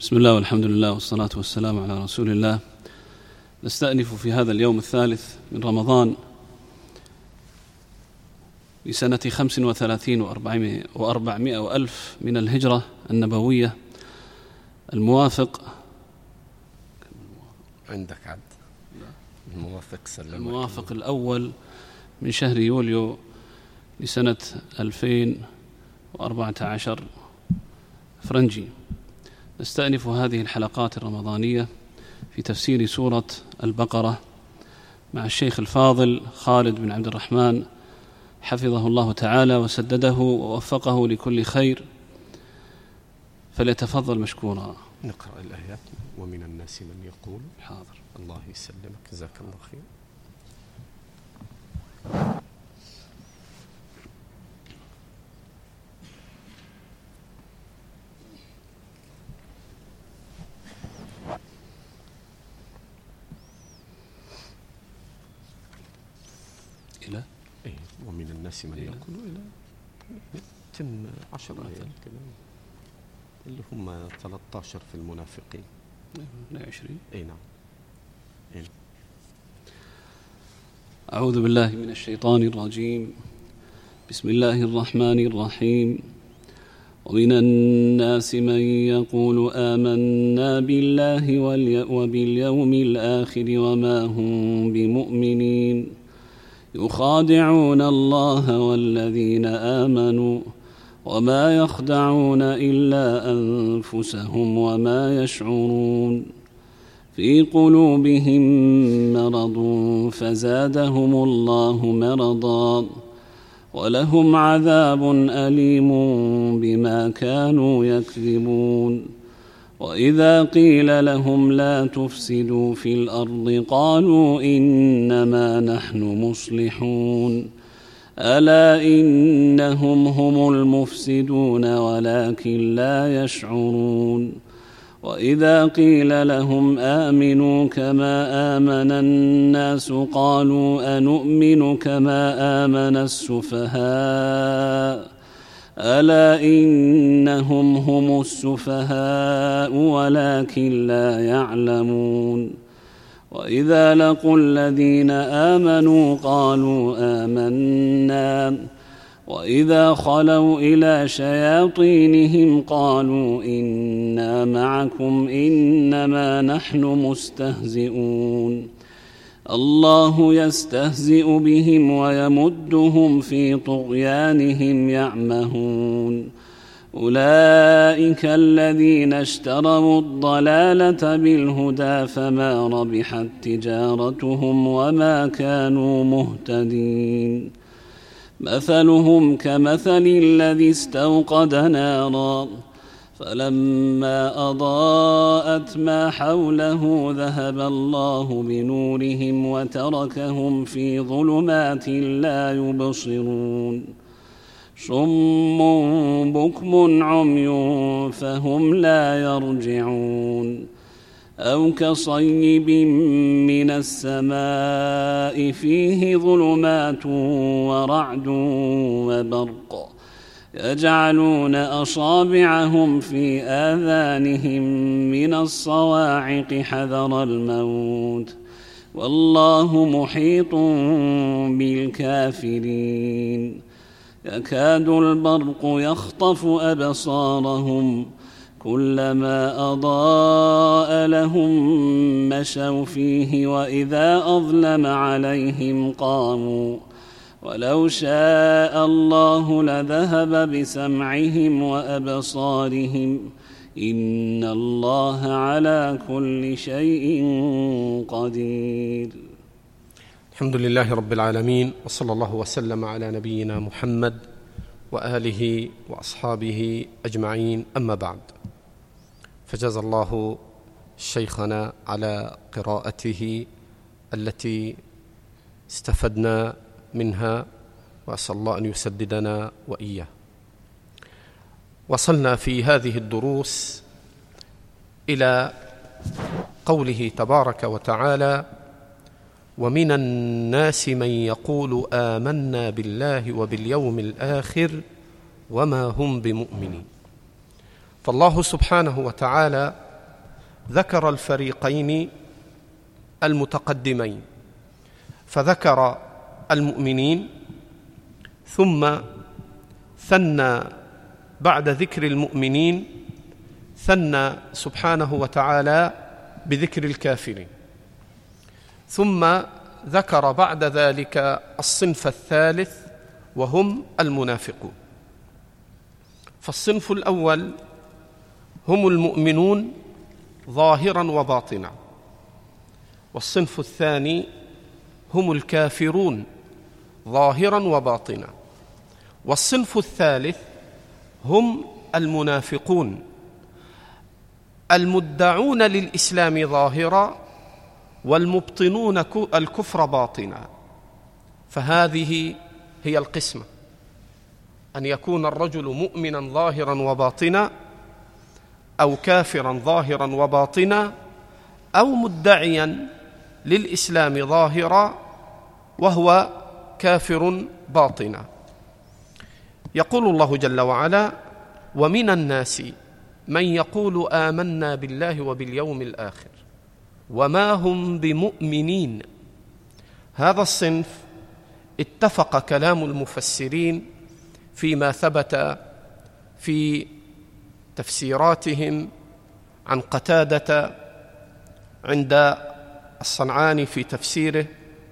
بسم الله والحمد لله والصلاة والسلام على رسول الله. نستأنف في هذا اليوم الثالث من رمضان لسنة 35 و400 وألف من الهجرة النبوية، الموافق عندك عد الموافق الأول من شهر يوليو لسنة 2014 فرنجي. نستأنف هذه الحلقات الرمضانية في تفسير سورة البقرة مع الشيخ الفاضل خالد بن عبد الرحمن حفظه الله تعالى وسدده ووفقه لكل خير، فليتفضل مشكورا. نقرأ الآيات. ومن الناس من يقول حاضر. الله يسلمك، جزاك الله خير. ومن الناس من يقول إلى 10 آيات كده، اللي هم 13 في المنافقين. 20. نعم. أعوذ بالله من الشيطان الرجيم. بسم الله الرحمن الرحيم. ومن الناس من يقول آمنا بالله وباليوم الآخر وما هم بمؤمنين يخادعون الله والذين آمنوا وما يخدعون إلا أنفسهم وما يشعرون. في قلوبهم مرض فزادهم الله مرضا ولهم عذاب أليم بما كانوا يكذبون. وإذا قيل لهم لا تفسدوا في الأرض قالوا إنما نحن مصلحون ألا إنهم هم المفسدون ولكن لا يشعرون. وإذا قيل لهم آمنوا كما آمن الناس قالوا أنؤمن كما آمن السفهاء ألا إنهم هم السفهاء ولكن لا يعلمون. وإذا لقوا الذين آمنوا قالوا آمنا وإذا خلوا إلى شياطينهم قالوا إنا معكم إنما نحن مستهزئون. الله يستهزئ بهم ويمدهم في طغيانهم يعمهون. أولئك الذين اشتروا الضلالة بالهدى فما ربحت تجارتهم وما كانوا مهتدين. مثلهم كمثل الذي استوقد نارا فلما أضاءت ما حوله ذهب الله بنورهم وتركهم في ظلمات لا يبصرون. صم بكم عمي فهم لا يرجعون. أو كصيب من السماء فيه ظلمات ورعد وبرق يجعلون أصابعهم في آذانهم من الصواعق حذر الموت والله محيط بالكافرين. يكاد البرق يخطف أبصارهم كلما أضاء لهم مشوا فيه وإذا أظلم عليهم قاموا ولو شاء الله لذهب بسمعهم وأبصارهم إن الله على كل شيء قدير. الحمد لله رب العالمين، وصلى الله وسلم على نبينا محمد وآله وأصحابه أجمعين، أما بعد، فجزى الله شيخنا على قراءته التي استفدنا منها، وأسأل الله أن يسددنا وإياه. وصلنا في هذه الدروس إلى قوله تبارك وتعالى: ومن الناس من يقول آمنا بالله وباليوم الآخر وما هم بمؤمنين. فالله سبحانه وتعالى ذكر الفريقين المتقدمين، فذكر المؤمنين ثم ثنى بعد ذكر المؤمنين ثنى سبحانه وتعالى بذكر الكافرين، ثم ذكر بعد ذلك الصنف الثالث وهم المنافقون. فالصنف الأول هم المؤمنون ظاهرا وباطنا، والصنف الثاني هم الكافرون ظاهرا وباطنا، والصنف الثالث هم المنافقون المدعون للإسلام ظاهرا والمبطنون الكفر باطنا. فهذه هي القسمة، أن يكون الرجل مؤمنا ظاهرا وباطنا، أو كافرا ظاهرا وباطنا، أو مدعيا للإسلام ظاهرا وهو كافر باطنا. يقول الله جل وعلا: ومن الناس من يقول آمنا بالله وباليوم الآخر وما هم بمؤمنين. هذا الصنف اتفق كلام المفسرين فيما ثبت في تفسيراتهم عن قتادة عند الصنعاني في تفسيره،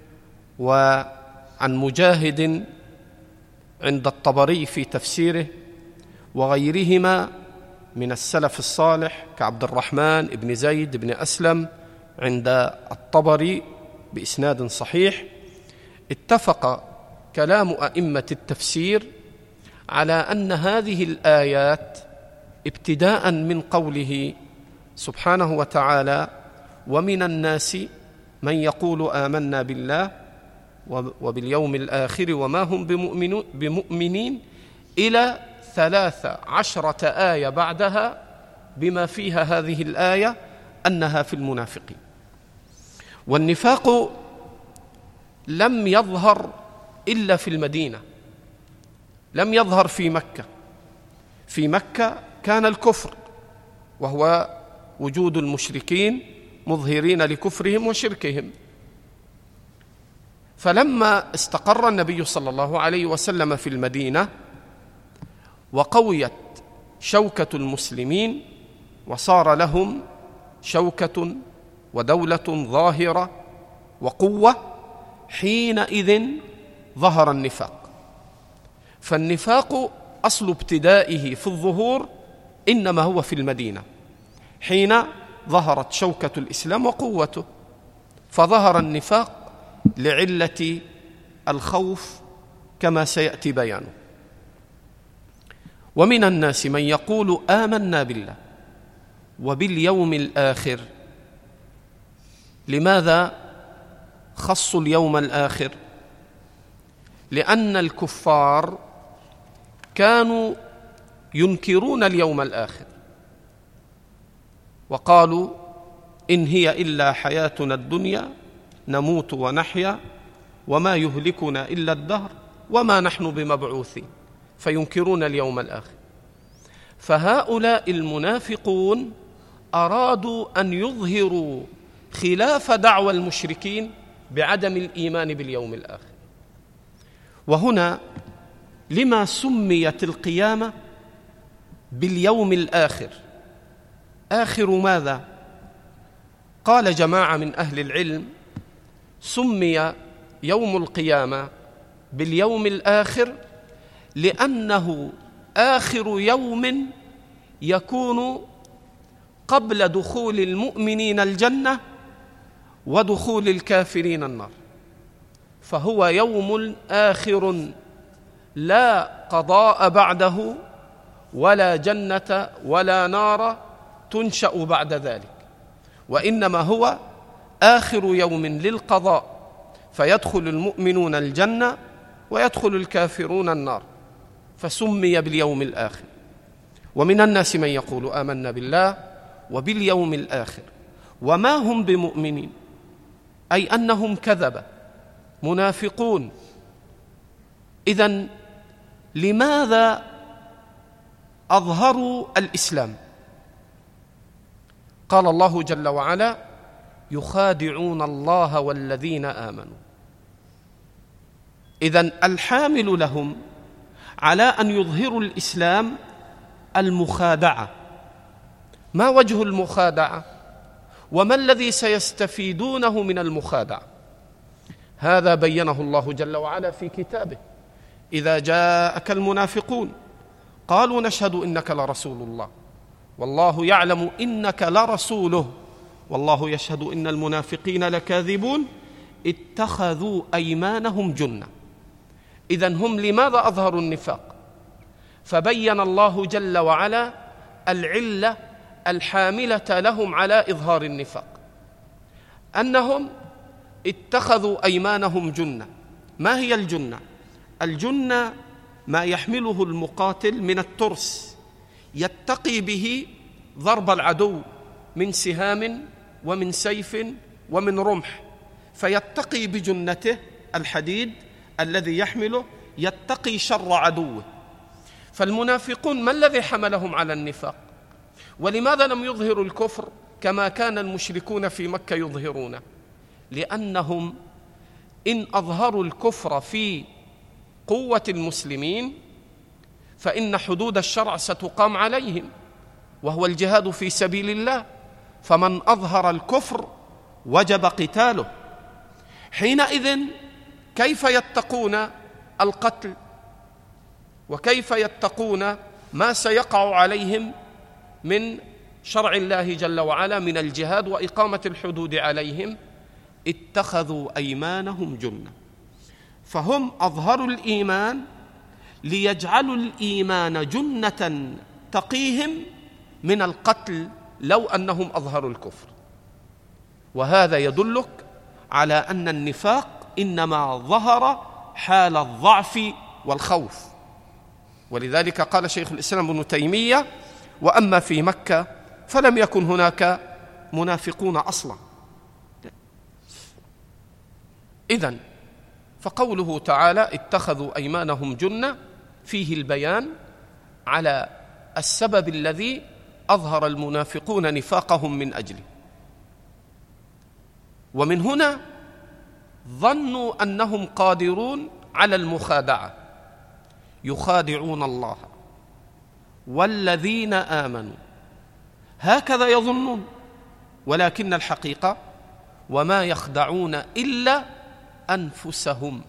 وعن مجاهد عند الطبري في تفسيره، وغيرهما من السلف الصالح كعبد الرحمن بن زيد بن أسلم عند الطبري بإسناد صحيح. اتفق كلام أئمة التفسير على أن هذه الآيات ابتداء من قوله سبحانه وتعالى: ومن الناس من يقول آمنا بالله وباليوم الآخر وما هم بمؤمنين، إلى 13 آية بعدها، بما فيها هذه الآية أنها في المنافقين. والنفاق لم يظهر إلا في المدينة، لم يظهر في مكة. في مكة كان الكفر، وهو وجود المشركين مظهرين لكفرهم وشركهم. فلما استقر النبي صلى الله عليه وسلم في المدينة وقويت شوكة المسلمين وصار لهم شوكة ودولة ظاهرة وقوة، حينئذ ظهر النفاق. فالنفاق أصل ابتدائه في الظهور إنما هو في المدينة، حين ظهرت شوكة الإسلام وقوته، فظهر النفاق لعلة الخوف كما سيأتي بيانه. ومن الناس من يقول آمنا بالله وباليوم الآخر. لماذا خصوا اليوم الآخر؟ لأن الكفار كانوا ينكرون اليوم الآخر، وقالوا: إن هي إلا حياتنا الدنيا نموت ونحيا وما يهلكنا إلا الدهر وما نحن بمبعوثين. فينكرون اليوم الآخر. فهؤلاء المنافقون أرادوا أن يظهروا خلاف دعوى المشركين بعدم الإيمان باليوم الآخر. وهنا لما سميت القيامة باليوم الآخر؟ آخر ماذا؟ قال جماعة من أهل العلم: سمي يوم القيامة باليوم الآخر لأنه آخر يوم يكون قبل دخول المؤمنين الجنة ودخول الكافرين النار، فهو يوم آخر لا قضاء بعده ولا جنة ولا نار تنشأ بعد ذلك، وإنما هو آخر يوم للقضاء، فيدخل المؤمنون الجنة ويدخل الكافرون النار، فسمي باليوم الآخر. ومن الناس من يقول آمنا بالله وباليوم الآخر وما هم بمؤمنين، أي أنهم كذبة منافقون. إذن لماذا أظهروا الإسلام قال الله جل وعلا: يخادعون الله والذين آمنوا. إذن الحامل لهم على أن يظهروا الإسلام المخادعة. ما وجه المخادعة؟ وما الذي سيستفيدونه من المخادعة؟ هذا بينه الله جل وعلا في كتابه: إذا جاءك المنافقون قالوا نشهد إنك لرسول الله والله يعلم إنك لرسوله والله يشهد إن المنافقين لكاذبون اتخذوا أيمانهم جنة. إذن هم لماذا أظهروا النفاق؟ فبين الله جل وعلا العلة الحاملة لهم على إظهار النفاق، أنهم اتخذوا أيمانهم جنة. ما هي الجنة؟ الجنة ما يحمله المقاتل من الترس يتقي به ضرب العدو من سهام ومن سيف ومن رمح، فيتقي بجنته الحديد الذي يحمله، يتقي شر عدوه. فالمنافقون ما الذي حملهم على النفاق؟ ولماذا لم يظهروا الكفر كما كان المشركون في مكة يظهرونه؟ لأنهم إن أظهروا الكفر في قوة المسلمين فإن حدود الشرع ستقام عليهم، وهو الجهاد في سبيل الله، فمن أظهر الكفر وجب قتاله. حينئذ كيف يتقون القتل؟ وكيف يتقون ما سيقع عليهم من شرع الله جل وعلا من الجهاد وإقامة الحدود عليهم؟ اتخذوا أيمانهم جنة. فهم أظهروا الإيمان ليجعلوا الإيمان جنة تقيهم من القتل لو أنهم أظهروا الكفر. وهذا يدلك على أن النفاق إنما ظهر حال الضعف والخوف. ولذلك قال شيخ الإسلام ابن تيمية: وأما في مكة فلم يكن هناك منافقون أصلا. إذن فقوله تعالى اتخذوا أيمانهم جنة فيه البيان على السبب الذي أظهر المنافقون نفاقهم من أجله. ومن هنا ظنوا أنهم قادرون على المخادعة، يخادعون الله والذين آمنوا، هكذا يظنون. ولكن الحقيقة وما يخدعون إلا أنفسهم،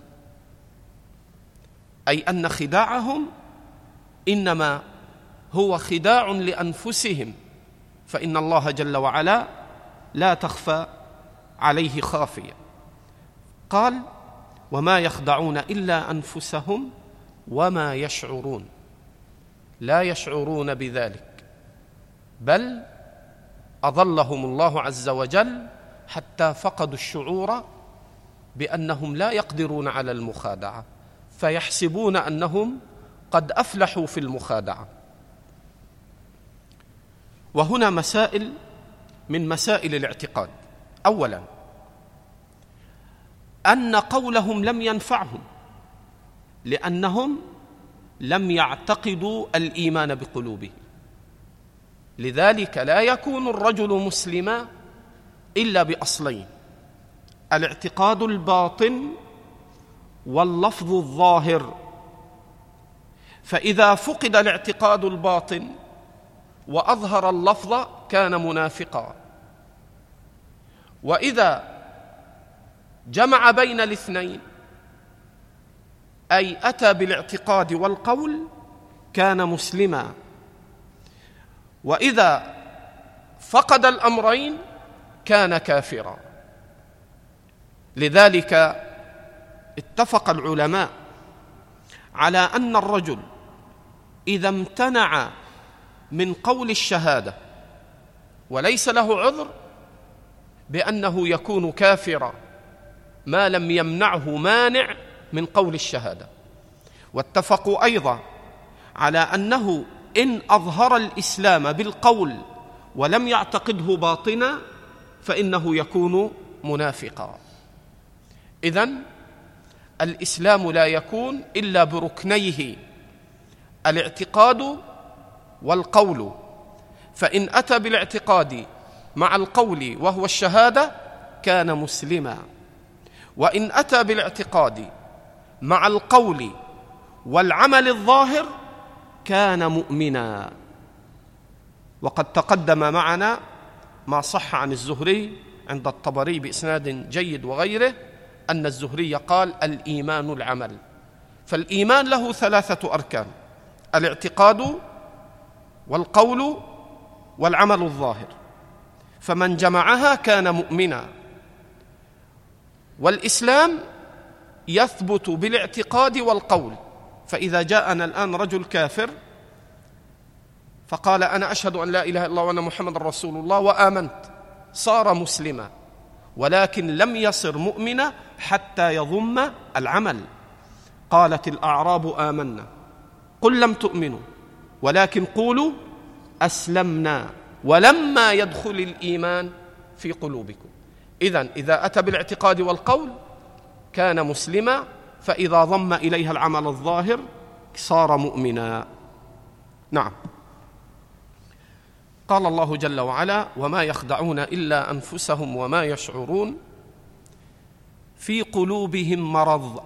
أي أن خداعهم إنما هو خداع لأنفسهم، فإن الله جل وعلا لا تخفى عليه خافية. قال: وما يخدعون إلا أنفسهم وما يشعرون. لا يشعرون بذلك، بل أضلهم الله عز وجل حتى فقدوا الشعور بأنهم لا يقدرون على المخادعة، فيحسبون أنهم قد أفلحوا في المخادعة. وهنا مسائل من مسائل الاعتقاد. أولا، أن قولهم لم ينفعهم، لأنهم لم يعتقدوا الإيمان بقلوبهم. لذلك لا يكون الرجل مسلما إلا بأصلين: الاعتقاد الباطن واللفظ الظاهر. فإذا فقد الاعتقاد الباطن وأظهر اللفظ كان منافقا، وإذا جمع بين الاثنين أي أتى بالاعتقاد والقول كان مسلما، وإذا فقد الأمرين كان كافرا. لذلك اتفق العلماء على أن الرجل إذا امتنع من قول الشهادة وليس له عذر بأنه يكون كافرا ما لم يمنعه مانع من قول الشهادة. واتفقوا أيضا على أنه إن أظهر الإسلام بالقول ولم يعتقده باطنا فإنه يكون منافقا. إذن الإسلام لا يكون إلا بركنيه الاعتقاد والقول، فإن أتى بالاعتقاد مع القول وهو الشهادة كان مسلما، وإن أتى بالاعتقاد مع القول والعمل الظاهر كان مؤمنا. وقد تقدم معنا ما صح عن الزهري عند الطبري بإسناد جيد وغيره أن الزهري قال: الإيمان العمل. فالإيمان له 3 أركان: الاعتقاد والقول والعمل الظاهر، فمن جمعها كان مؤمنا. والإسلام يثبت بالاعتقاد والقول، فإذا جاءنا الآن رجل كافر فقال: أنا أشهد أن لا إله إلا الله وأن محمد رسول الله وآمنت، صار مسلما، ولكن لم يصر مؤمنا حتى يضم العمل. قالت الأعراب آمنا قل لم تؤمنوا ولكن قولوا أسلمنا ولما يدخل الإيمان في قلوبكم. إذا أتى بالاعتقاد والقول كان مسلما، فإذا ضم إليها العمل الظاهر صار مؤمنا. نعم. قال الله جل وعلا: وما يخدعون إلا أنفسهم وما يشعرون في قلوبهم مرض.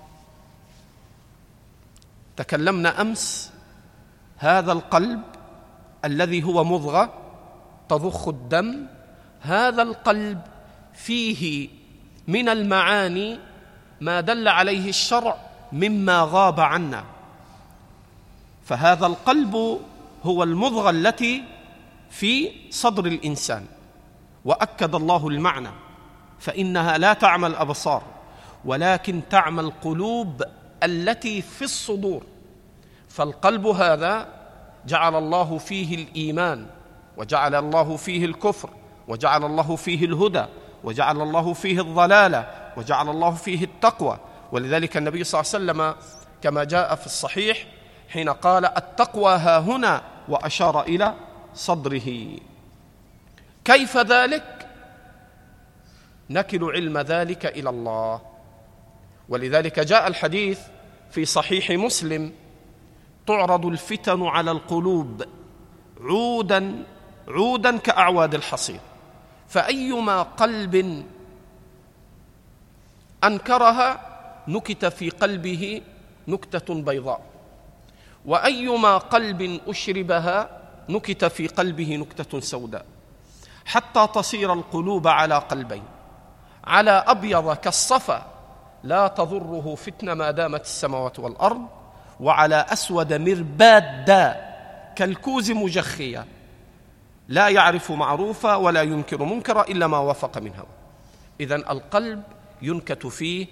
تكلمنا أمس هذا القلب الذي هو مضغة تضخ الدم، هذا القلب فيه من المعاني ما دل عليه الشرع مما غاب عنا. فهذا القلب هو المضغة التي في صدر الإنسان، وأكد الله المعنى: فإنها لا تعمى الأبصار ولكن تعمى القلوب التي في الصدور. فالقلب هذا جعل الله فيه الإيمان، وجعل الله فيه الكفر، وجعل الله فيه الهدى، وجعل الله فيه الضلالة، وجعل الله فيه التقوى. ولذلك النبي صلى الله عليه وسلم كما جاء في الصحيح حين قال: التقوى ها هنا، وأشار إلى صدره. كيف ذلك؟ نكل علم ذلك إلى الله. ولذلك جاء الحديث في صحيح مسلم: تعرض الفتن على القلوب عودا عودا كأعواد الحصير، فأيما قلب أنكرها نكت في قلبه نكتة بيضاء، وأيما قلب أشربها نكت في قلبه نكتة سوداء، حتى تصير القلوب على قلبين: على أبيض كالصفا لا تضره فتنة ما دامت السماوات والأرض، وعلى أسود مربادا كالكوز مجخيا لا يعرف معروفا ولا ينكر منكرا إلا ما وافق من هوى. إذن القلب ينكت فيه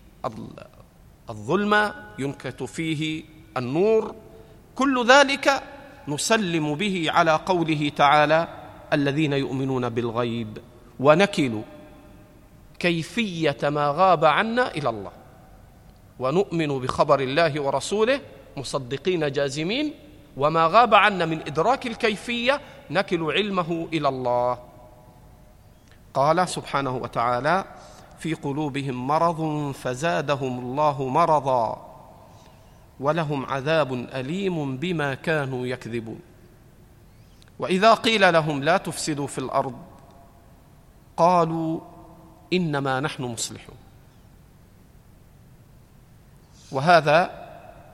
الظلمة، ينكت فيه النور، كل ذلك نسلم به على قوله تعالى: الذين يؤمنون بالغيب، ونكل كيفية ما غاب عنا إلى الله، ونؤمن بخبر الله ورسوله مصدقين جازمين، وما غاب عنا من إدراك الكيفية نكل علمه إلى الله. قال سبحانه وتعالى: في قلوبهم مرض فزادهم الله مرضا ولهم عذاب أليم بما كانوا يكذبون. وإذا قيل لهم لا تفسدوا في الأرض قالوا إنما نحن مصلحون. وهذا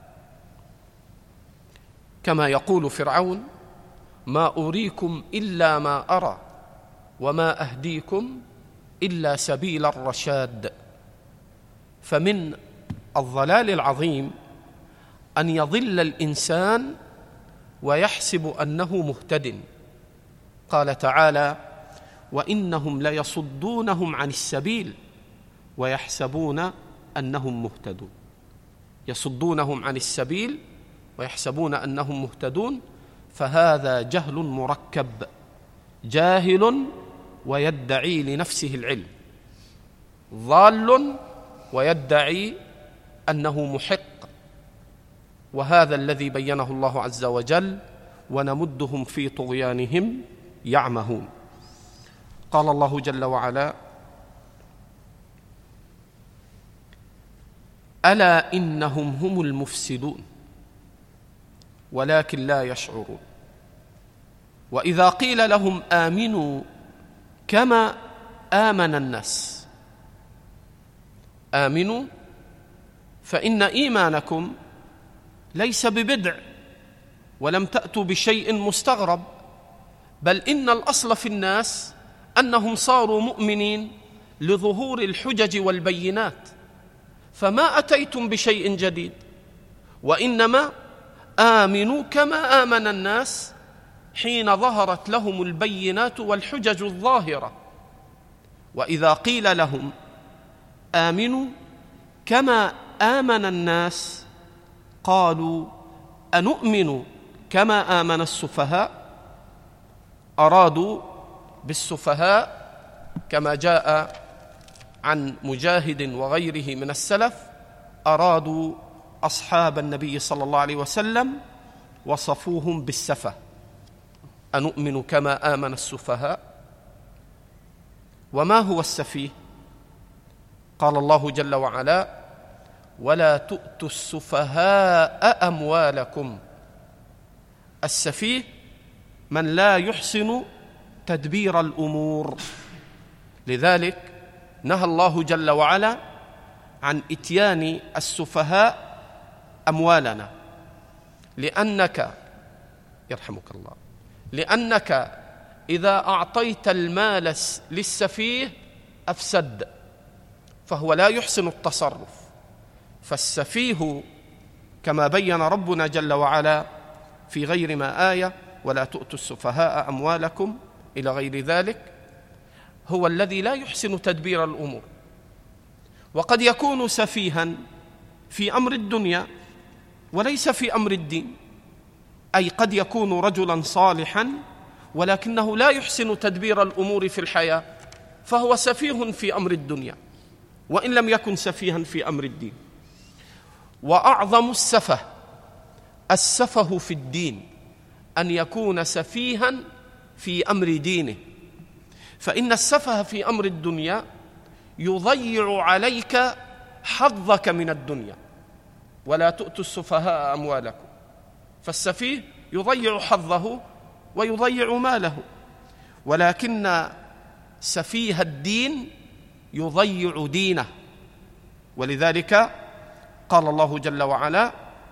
كما يقول فرعون: ما أريكم إلا ما أرى وما أهديكم إلا سبيل الرشاد. فمن الضلال العظيم أن يضل الإنسان ويحسب أنه مهتد. قال تعالى: وإنهم ليصدونهم عن السبيل ويحسبون أنهم مهتدون. يصدونهم عن السبيل ويحسبون أنهم مهتدون، فهذا جهل مركب، جاهل ويدعي لنفسه العلم، ضال ويدعي أنه محق. وهذا الذي بينه الله عز وجل: ونمدهم في طغيانهم يعمهون. قال الله جل وعلا: ألا إنهم هم المفسدون ولكن لا يشعرون. وإذا قيل لهم آمنوا كما آمن الناس. آمنوا فإن إيمانكم ليس ببدع، ولم تأتوا بشيء مستغرب، بل إن الأصل في الناس أنهم صاروا مؤمنين لظهور الحجج والبينات، فما أتيتم بشيء جديد، وإنما آمنوا كما آمن الناس حين ظهرت لهم البينات والحجج الظاهرة. وإذا قيل لهم آمنوا كما آمن الناس قالوا أنؤمن كما آمن السفهاء. أرادوا بالسفهاء كما جاء عن مجاهد وغيره من السلف، أرادوا أصحاب النبي صلى الله عليه وسلم، وصفوهم بالسفه. أنؤمن كما آمن السفهاء. وما هو السفيه؟ قال الله جل وعلا: ولا تؤتوا السفهاء أموالكم. السفيه من لا يحسن تدبير الأمور. لذلك نهى الله جل وعلا عن إتيان السفهاء أموالنا، لأنك يرحمك الله، لأنك إذا أعطيت المال للسفيه أفسد، فهو لا يحسن التصرف. فالسفيه كما بين ربنا جل وعلا في غير ما آية: ولا تؤتوا السفهاء أموالكم إلى غير ذلك، هو الذي لا يحسن تدبير الأمور. وقد يكون سفيها في أمر الدنيا وليس في أمر الدين، أي قد يكون رجلا صالحا ولكنه لا يحسن تدبير الأمور في الحياة، فهو سفيه في أمر الدنيا وإن لم يكن سفيها في أمر الدين. وأعظم السفه في الدين أن يكون سفيها في أمر دينه، فإن السفه في أمر الدنيا يضيع عليك حظك من الدنيا. ولا تؤتوا السفهاء أموالكم، فالسفيه يضيع حظه ويضيع ماله، ولكن سفيه الدين يضيع دينه. ولذلك قال الله جل وعلا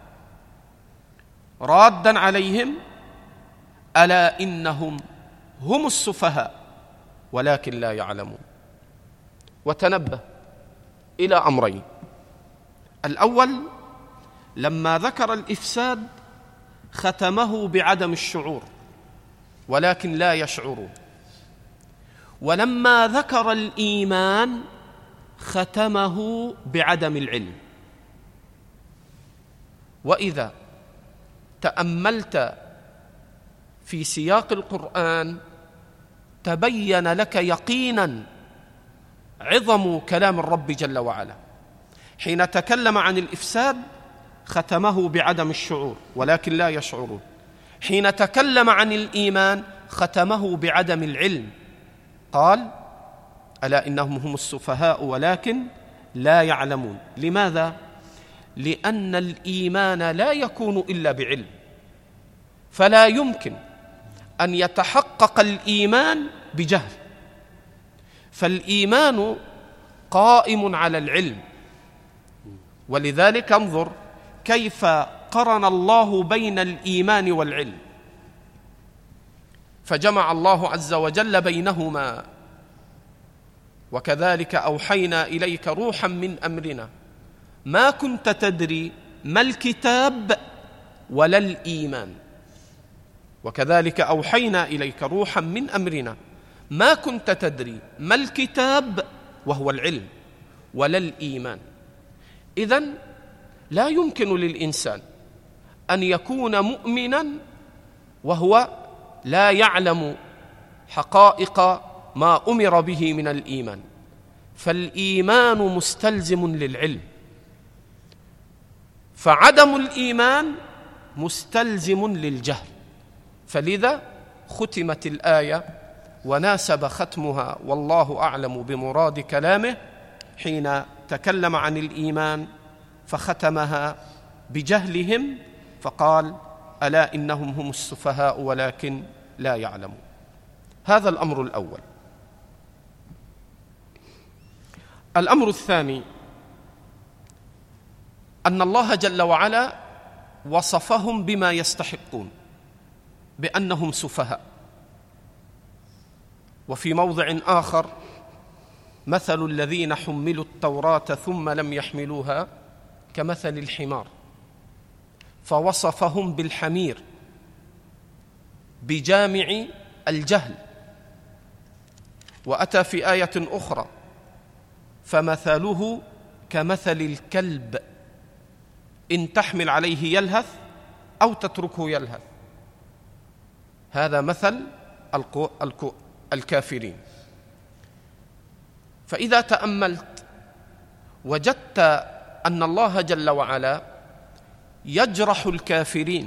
رادا عليهم: ألا إنهم هم السفهاء ولكن لا يعلمون. وتنبه إلى أمرين: الأول، لما ذكر الإفساد ختمه بعدم الشعور ولكن لا يشعرون، ولما ذكر الإيمان ختمه بعدم العلم. وإذا تأملت في سياق القرآن تبين لك يقينا عظم كلام الرب جل وعلا. حين تكلم عن الإفساد ختمه بعدم الشعور ولكن لا يشعرون، حين تكلم عن الإيمان ختمه بعدم العلم، قال: ألا إنهم هم السفهاء ولكن لا يعلمون. لماذا؟ لأن الإيمان لا يكون إلا بعلم، فلا يمكن أن يتحقق الإيمان بجهل، فالإيمان قائم على العلم. ولذلك انظر كيف قرن الله بين الإيمان والعلم، فجمع الله عز وجل بينهما: وكذلك أوحينا إليك روحا من أمرنا ما كنت تدري ما الكتاب ولا الإيمان. وكذلك أوحينا إليك روحا من أمرنا ما كنت تدري ما الكتاب وهو العلم ولا الإيمان. إذن لا يمكن للإنسان أن يكون مؤمنا وهو لا يعلم حقائق ما أمر به من الإيمان، فالإيمان مستلزم للعلم، فعدم الإيمان مستلزم للجهل. فلذا ختمت الآية وناسب ختمها والله أعلم بمراد كلامه حين تكلم عن الإيمان فختمها بجهلهم فقال: ألا إنهم هم السفهاء ولكن لا يعلمون. هذا الأمر الأول. الأمر الثاني أن الله جل وعلا وصفهم بما يستحقون بأنهم سفهاء. وفي موضع آخر: مثل الذين حملوا التوراة ثم لم يحملوها كمثل الحمار، فوصفهم بالحمير بجامع الجهل. وأتى في آية أخرى: فمثله كمثل الكلب إن تحمل عليه يلهث أو تتركه يلهث. هذا مثل الكافرين. فإذا تأملت وجدت أن الله جل وعلا يجرح الكافرين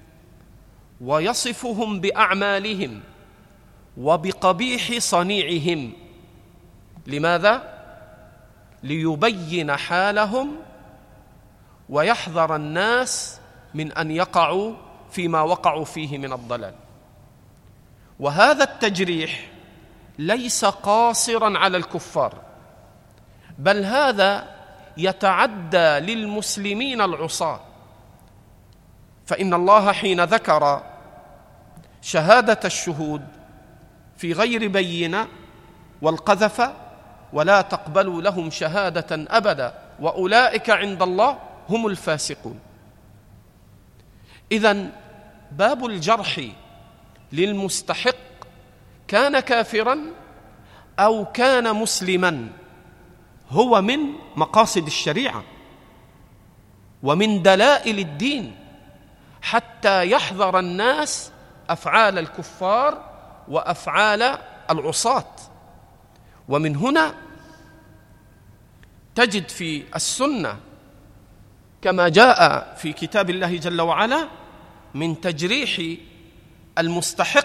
ويصفهم بأعمالهم وبقبيح صنيعهم. لماذا؟ ليبين حالهم ويحذر الناس من أن يقعوا فيما وقعوا فيه من الضلال. وهذا التجريح ليس قاصرا على الكفار، بل هذا يتعدى للمسلمين العصاة. فإن الله حين ذكر شهادة الشهود في غير بينة والقذف: ولا تقبلوا لهم شهادة أبدا وأولئك عند الله هم الفاسقون. إذن باب الجرح للمستحق كان كافرا أو كان مسلما هو من مقاصد الشريعة ومن دلائل الدين، حتى يحذر الناس أفعال الكفار وأفعال العصاة. ومن هنا تجد في السنة كما جاء في كتاب الله جل وعلا من تجريح المستحق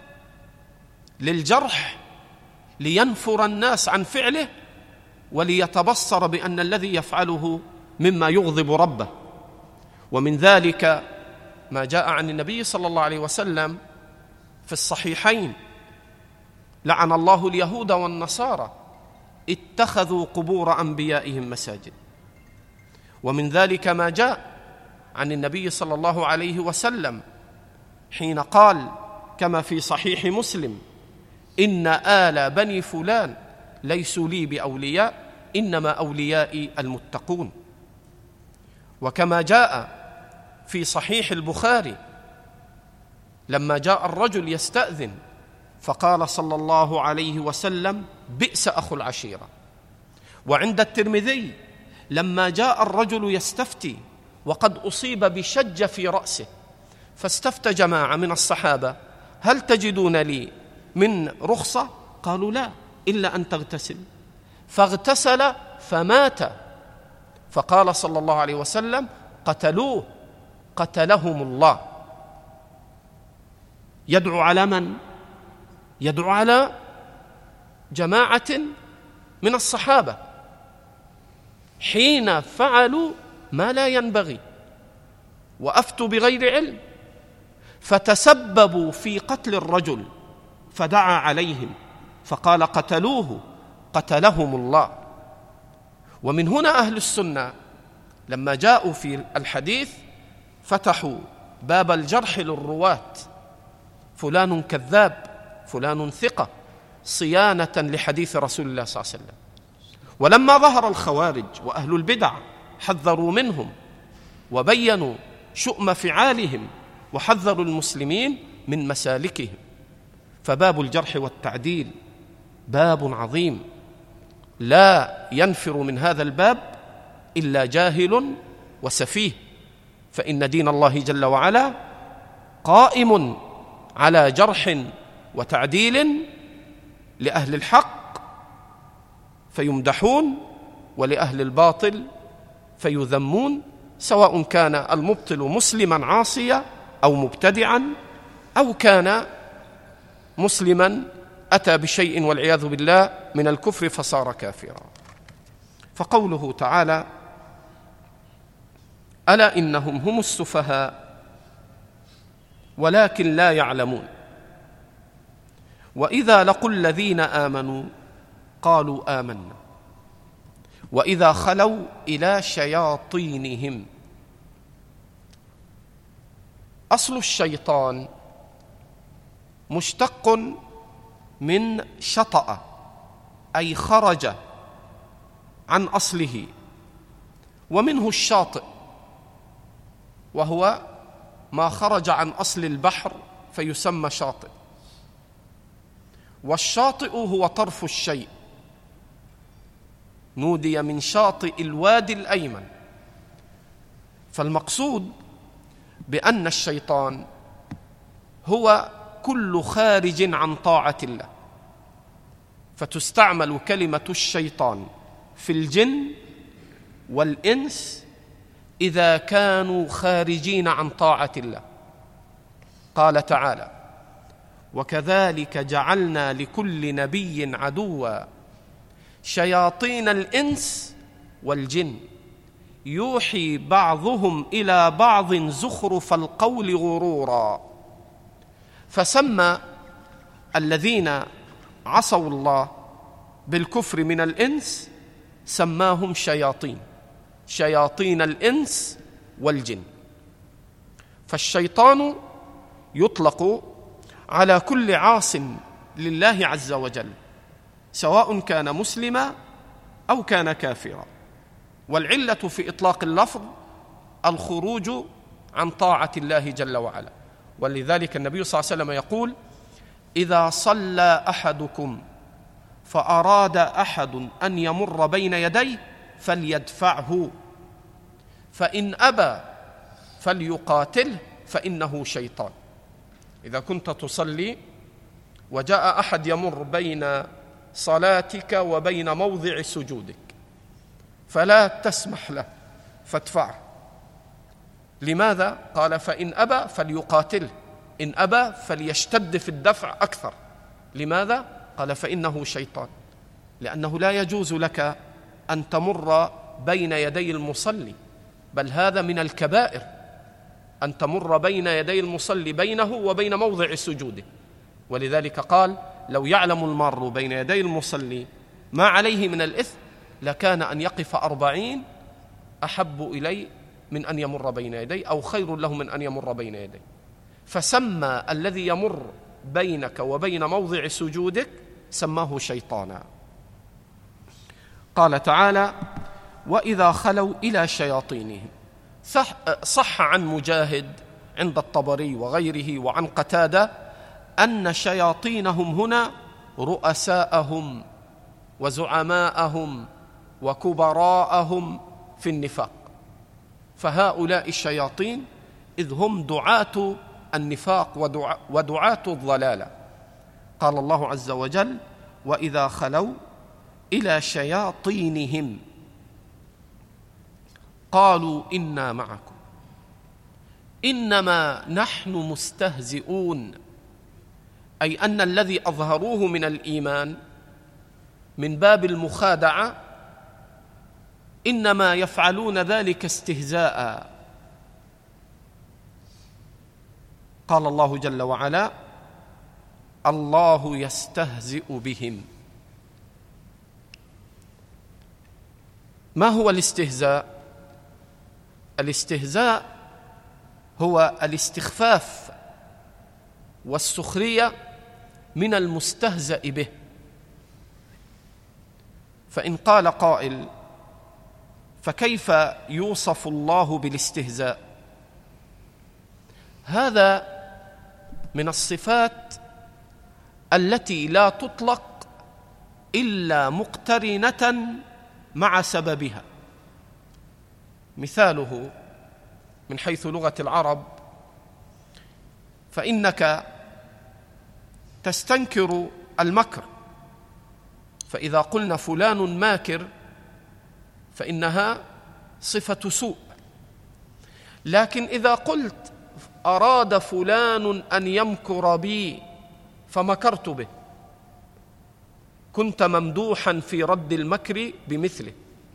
للجرح لينفر الناس عن فعله وليتبصر بأن الذي يفعله مما يغضب ربه. ومن ذلك ما جاء عن النبي صلى الله عليه وسلم في الصحيحين: لعن الله اليهود والنصارى اتخذوا قبور أنبيائهم مساجد. ومن ذلك ما جاء عن النبي صلى الله عليه وسلم حين قال كما في صحيح مسلم: إن آل بني فلان ليسوا لي بأولياء إنما أوليائي المتقون. وكما جاء في صحيح البخاري لما جاء الرجل يستأذن فقال صلى الله عليه وسلم: بئس أخو العشيرة. وعند الترمذي لما جاء الرجل يستفتي وقد أصيب بشجة في رأسه فاستفتى جماعة من الصحابة: هل تجدون لي من رخصة؟ قالوا: لا، إلا أن تغتسل. فاغتسل فمات. فقال صلى الله عليه وسلم: قتلوه قتلهم الله. يدعو على من؟ يدعو على جماعة من الصحابة حين فعلوا ما لا ينبغي وأفتوا بغير علم، فتسببوا في قتل الرجل فدعا عليهم فقال: قتلوه قتلهم الله. ومن هنا أهل السنة لما جاءوا في الحديث فتحوا باب الجرح للرواة: فلان كذاب، فلان ثقة، صيانة لحديث رسول الله صلى الله عليه وسلم. ولما ظهر الخوارج وأهل البدع حذروا منهم وبينوا شؤم فعالهم وحذروا المسلمين من مسالكهم. فباب الجرح والتعديل باب عظيم، لا ينفر من هذا الباب إلا جاهل وسفيه، فإن دين الله جل وعلا قائم على جرح وتعديل لأهل الحق فيمدحون ولأهل الباطل فيذمون، سواء كان المبطل مسلما عاصيا أو مبتدعا أو كان مسلما أتى بشيء والعياذ بالله من الكفر فصار كافرا. فقوله تعالى: ألا إنهم هم السفهاء ولكن لا يعلمون، وإذا لقوا الذين آمنوا قالوا آمنا. وإذا خلوا إلى شياطينهم. أصل الشيطان مشتق من شطأ، أي خرج عن أصله، ومنه الشاطئ، وهو ما خرج عن أصل البحر فيسمى شاطئ. والشاطئ هو طرف الشيء، نودي من شاطئ الوادي الأيمن. فالمقصود بأن الشيطان هو كل خارج عن طاعة الله، فتستعمل كلمة الشيطان في الجن والإنس إذا كانوا خارجين عن طاعة الله. قال تعالى: وكذلك جعلنا لكل نبي عدوا شياطين الإنس والجن يوحي بعضهم إلى بعض زخرف القول غرورا. فسمى الذين عصوا الله بالكفر من الإنس سماهم شياطين الإنس والجن. فالشيطان يطلق على كل عاص لله عز وجل، سواء كان مسلما أو كان كافرا. والعلة في إطلاق اللفظ الخروج عن طاعة الله جل وعلا. ولذلك النبي صلى الله عليه وسلم يقول: إذا صلى أحدكم فأراد أحد أن يمر بين يديه فليدفعه، فإن أبى فليقاتله فإنه شيطان. إذا كنت تصلي وجاء أحد يمر بين صلاتك وبين موضع سجودك فلا تسمح له فادفعه. لماذا؟ قال: فإن أبى فليقاتله، إن أبى فليشتد في الدفع أكثر. لماذا؟ قال: فإنه شيطان، لأنه لا يجوز لك أن تمر بين يدي المصلي، بل هذا من الكبائر أن تمر بين يدي المصلي بينه وبين موضع سجوده. ولذلك قال: لو يعلم المار بين يدي المصلي ما عليه من الإثم لكان أن يقف 40 أحب إلي من أن يمر بين يدي، أو خير له من أن يمر بين يدي. فسمى الذي يمر بينك وبين موضع سجودك سماه شيطانا. قال تعالى: وإذا خلوا إلى شياطينهم. صح عن مجاهد عند الطبري وغيره وعن قتادة أن شياطينهم هنا رؤساءهم وزعماءهم وكبراءهم في النفاق. فهؤلاء الشياطين إذ هم دعاة النفاق ودعاة الضلالة. قال الله عز وجل: وإذا خلوا إلى شياطينهم قالوا إنا معكم إنما نحن مستهزئون، أي أن الذي أظهروه من الإيمان من باب المخادعة إنما يفعلون ذلك استهزاء. قال الله جل وعلا: الله يستهزئ بهم. ما هو الاستهزاء؟ الاستهزاء هو الاستخفاف والسخرية من المستهزأ به. فإن قال قائل: فكيف يوصف الله بالاستهزاء؟ هذا من الصفات التي لا تطلق إلا مقترنة مع سببها. مثاله من حيث لغة العرب، فإنك تستنكر المكر، فإذا قلنا فلان ماكر فإنها صفة سوء. لكن إذا قلت أراد فلان أن يمكر بي فمكرت به، كنت ممدوحا في رد المكر بمثله.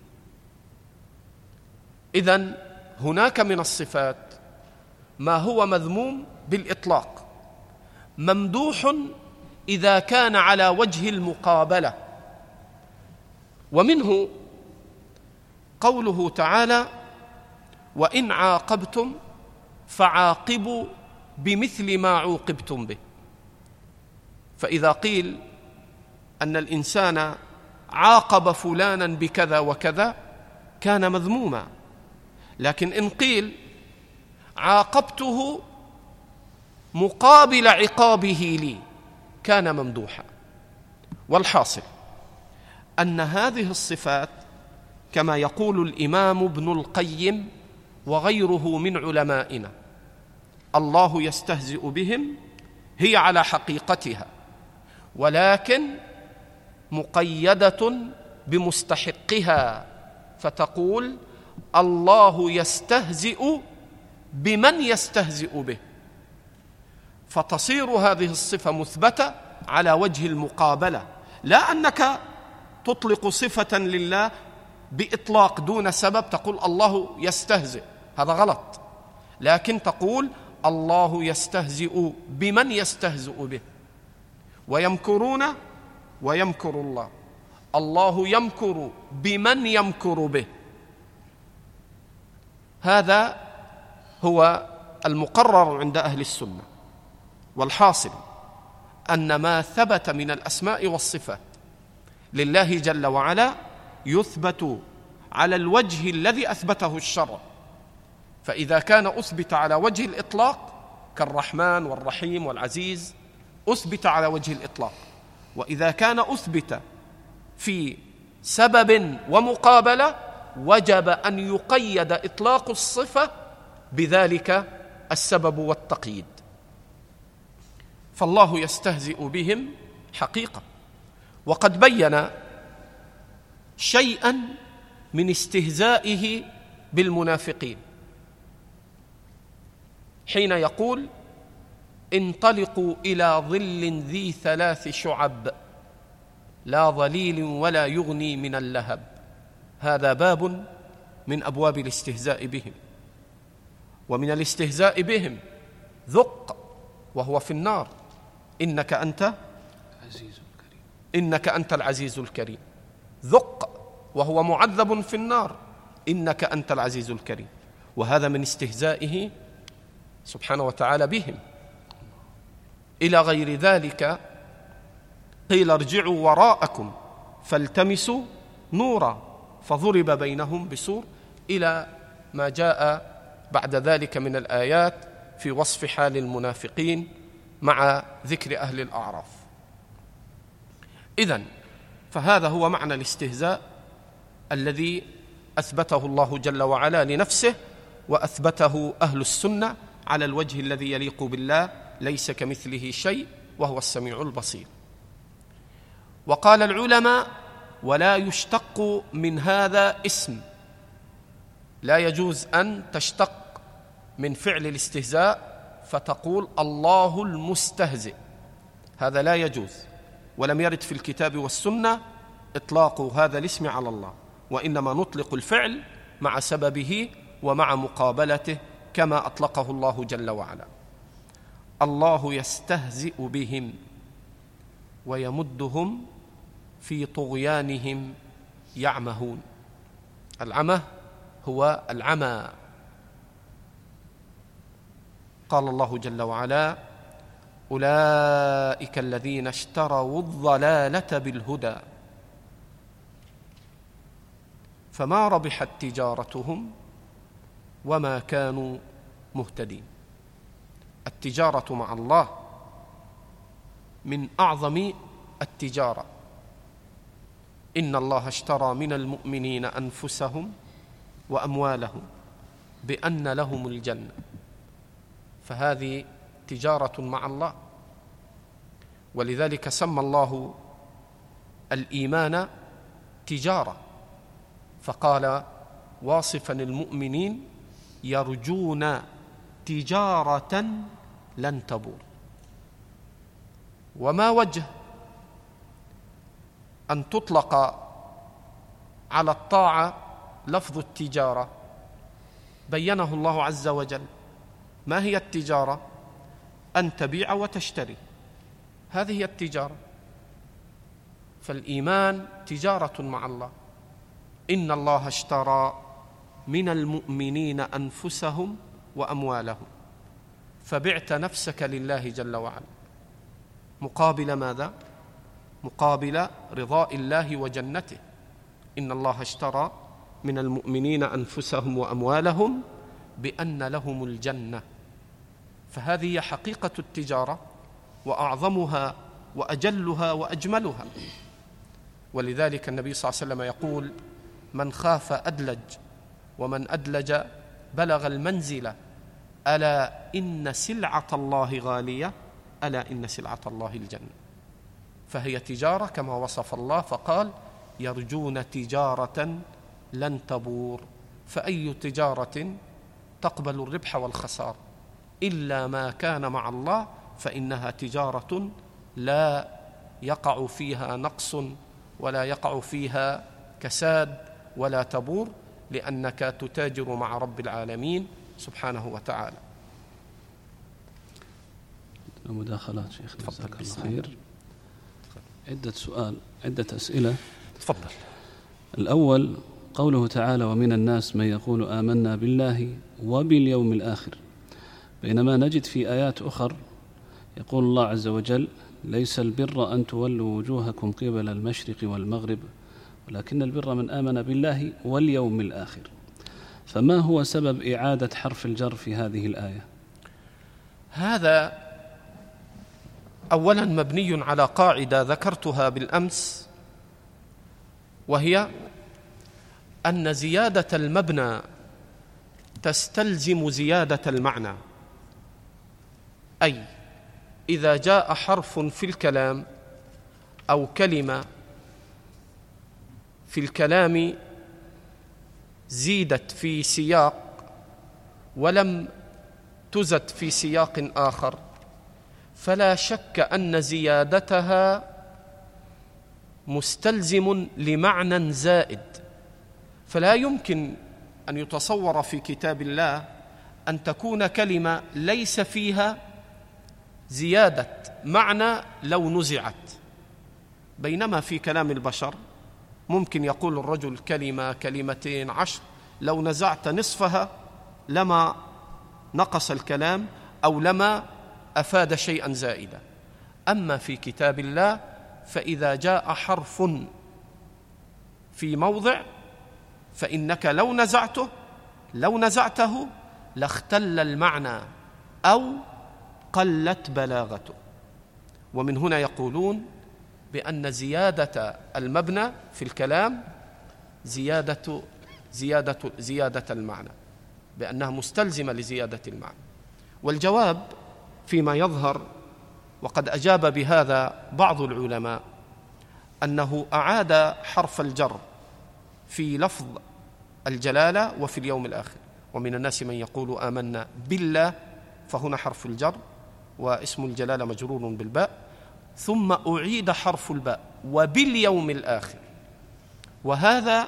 إذن هناك من الصفات ما هو مذموم بالإطلاق، ممدوح إذا كان على وجه المقابلة. ومنه قوله تعالى: وإن عاقبتم فعاقبوا بمثل ما عوقبتم به. فإذا قيل أن الإنسان عاقب فلانا بكذا وكذا كان مذموما، لكن إن قيل عاقبته مقابل عقابه لي كان ممدوحا. والحاصل أن هذه الصفات كما يقول الإمام ابن القيم وغيره من علمائنا: الله يستهزئ بهم، هي على حقيقتها، ولكن مقيدة بمستحقها، فتقول الله يستهزئ بمن يستهزئ به، فتصير هذه الصفة مثبتة على وجه المقابلة، لا أنك تطلق صفة لله بإطلاق دون سبب تقول الله يستهزئ، هذا غلط، لكن تقول الله يستهزئ بمن يستهزئ به. ويمكرون ويمكر الله، الله يمكر بمن يمكر به. هذا هو المقرر عند أهل السنة. والحاصل أن ما ثبت من الأسماء والصفات لله جل وعلا يثبت على الوجه الذي أثبته الشرع، فإذا كان أثبت على وجه الإطلاق كالرحمن والرحيم والعزيز أثبت على وجه الإطلاق، وإذا كان أثبت في سبب ومقابلة وجب أن يقيد إطلاق الصفة بذلك السبب والتقييد. فالله يستهزئ بهم حقيقة، وقد بين شيئا من استهزائه بالمنافقين حين يقول: انطلقوا إلى ظل ذي 3 شعب لا ظليل ولا يغني من اللهب. هذا باب من أبواب الاستهزاء بهم. ومن الاستهزاء بهم ذق وهو في النار: إنك أنت العزيز الكريم. ذق وهو معذب في النار: إنك أنت العزيز الكريم. وهذا من استهزائه سبحانه وتعالى بهم. إلى غير ذلك قيل: ارجعوا وراءكم فالتمسوا نورا فضرب بينهم بسور، إلى ما جاء بعد ذلك من الآيات في وصف حال المنافقين مع ذكر أهل الأعراف. إذن فهذا هو معنى الاستهزاء الذي أثبته الله جل وعلا لنفسه، وأثبته أهل السنة على الوجه الذي يليق بالله: ليس كمثله شيء وهو السميع البصير. وقال العلماء: ولا يشتق من هذا اسم، لا يجوز أن تشتق من فعل الاستهزاء فتقول الله المستهزئ، هذا لا يجوز، ولم يرد في الكتاب والسنة إطلاق هذا الاسم على الله، وإنما نطلق الفعل مع سببه ومع مقابلته كما أطلقه الله جل وعلا. الله يستهزئ بهم ويمدهم في طغيانهم يعمهون. العمى هو العمى. قال الله جل وعلا: أولئك الذين اشتروا الضلالة بالهدى فما ربحت تجارتهم وما كانوا مهتدين. التجارة مع الله من أعظم التجارة. إن الله اشترى من المؤمنين أنفسهم وأموالهم بأن لهم الجنة، فهذه تجارة مع الله. ولذلك سمى الله الإيمان تجارة، فقال واصفا المؤمنين: يرجون تجارة لن تبور. وما وجه أن تطلق على الطاعة لفظ التجارة؟ بينه الله عز وجل. ما هي التجارة؟ أن تبيع وتشتري، هذه هي التجارة. فالإيمان تجارة مع الله، إن الله اشترى من المؤمنين أنفسهم وأموالهم، فبعت نفسك لله جل وعلا مقابل ماذا؟ مقابل رضاء الله وجنته. إن الله اشترى من المؤمنين أنفسهم وأموالهم بأن لهم الجنة. فهذه حقيقة التجارة وأعظمها وأجلها وأجملها. ولذلك النبي صلى الله عليه وسلم يقول: من خاف أدلج، ومن أدلج بلغ المنزلة، ألا إن سلعة الله غالية، ألا إن سلعة الله الجنة. فهي تجارة كما وصف الله فقال: يرجون تجارة لن تبور. فأي تجارة تقبل الربح والخسار إلا ما كان مع الله فإنها تجارة لا يقع فيها نقص ولا يقع فيها كساد ولا تبور، لأنك تتاجر مع رب العالمين سبحانه وتعالى. مداخلات شيخ، جزاك الله خير. عدة أسئلة. تفضل. الأول قوله تعالى: ومن الناس من يقول آمنا بالله وباليوم الآخر، بينما نجد في آيات أخر يقول الله عز وجل: ليس البر أن تولوا وجوهكم قبل المشرق والمغرب ولكن البر من آمن بالله واليوم الآخر. فما هو سبب إعادة حرف الجر في هذه الآية؟ هذا أولا مبني على قاعدة ذكرتها بالأمس، وهي أن زيادة المبنى تستلزم زيادة المعنى. أي إذا جاء حرف في الكلام أو كلمة في الكلام زيدت في سياق ولم تزد في سياق آخر، فلا شك أن زيادتها مستلزم لمعنى زائد. فلا يمكن أن يتصور في كتاب الله أن تكون كلمة ليس فيها زيادة معنى لو نزعت، بينما في كلام البشر ممكن يقول الرجل كلمة كلمتين 10، لو نزعت نصفها لما نقص الكلام أو لما أفاد شيئا زائدا. أما في كتاب الله فإذا جاء حرف في موضع فإنك لو نزعته لاختل المعنى أو قلت بلاغته. ومن هنا يقولون بأن زيادة المبنى في الكلام زيادة المعنى، بأنها مستلزمة لزيادة المعنى. والجواب فيما يظهر، وقد أجاب بهذا بعض العلماء، أنه أعاد حرف الجر في لفظ الجلالة وفي اليوم الآخر. ومن الناس من يقول آمنا بالله، فهنا حرف الجر واسم الجلالة مجرور بالباء، ثم أعيد حرف الباء وباليوم الآخر. وهذا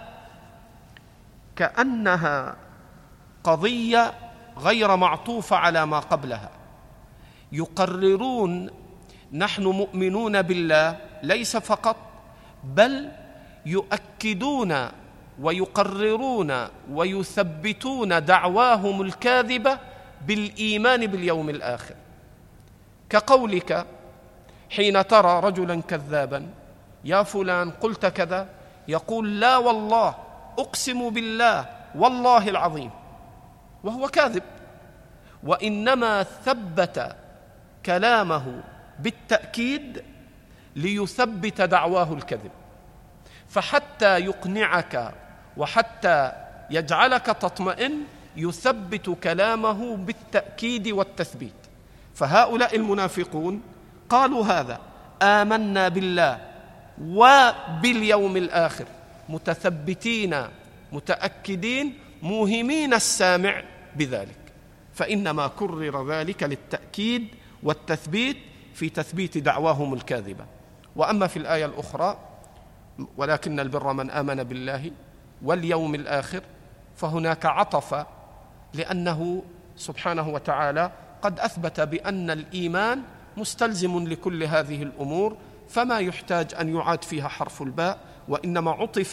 كأنها قضية غير معطوفة على ما قبلها. يقررون نحن مؤمنون بالله ليس فقط، بل يؤكدون ويقررون ويثبتون دعواهم الكاذبة بالإيمان باليوم الآخر. كقولك حين ترى رجلا كذابا: يا فلان قلت كذا، يقول: لا والله، أقسم بالله، والله العظيم، وهو كاذب. وإنما ثبت كلامه بالتأكيد ليثبت دعواه الكذب. فحتى يقنعك وحتى يجعلك تطمئن يثبت كلامه بالتأكيد والتثبيت. فهؤلاء المنافقون قالوا هذا: آمنا بالله وباليوم الآخر، متثبتين متأكدين موهمين السامع بذلك. فإنما كرر ذلك للتأكيد والتثبيت في تثبيت دعواهم الكاذبة. وأما في الآية الأخرى: ولكن البر من آمن بالله واليوم الآخر، فهناك عطف، لأنه سبحانه وتعالى قد أثبت بأن الإيمان مستلزم لكل هذه الأمور، فما يحتاج أن يعاد فيها حرف الباء، وإنما عطف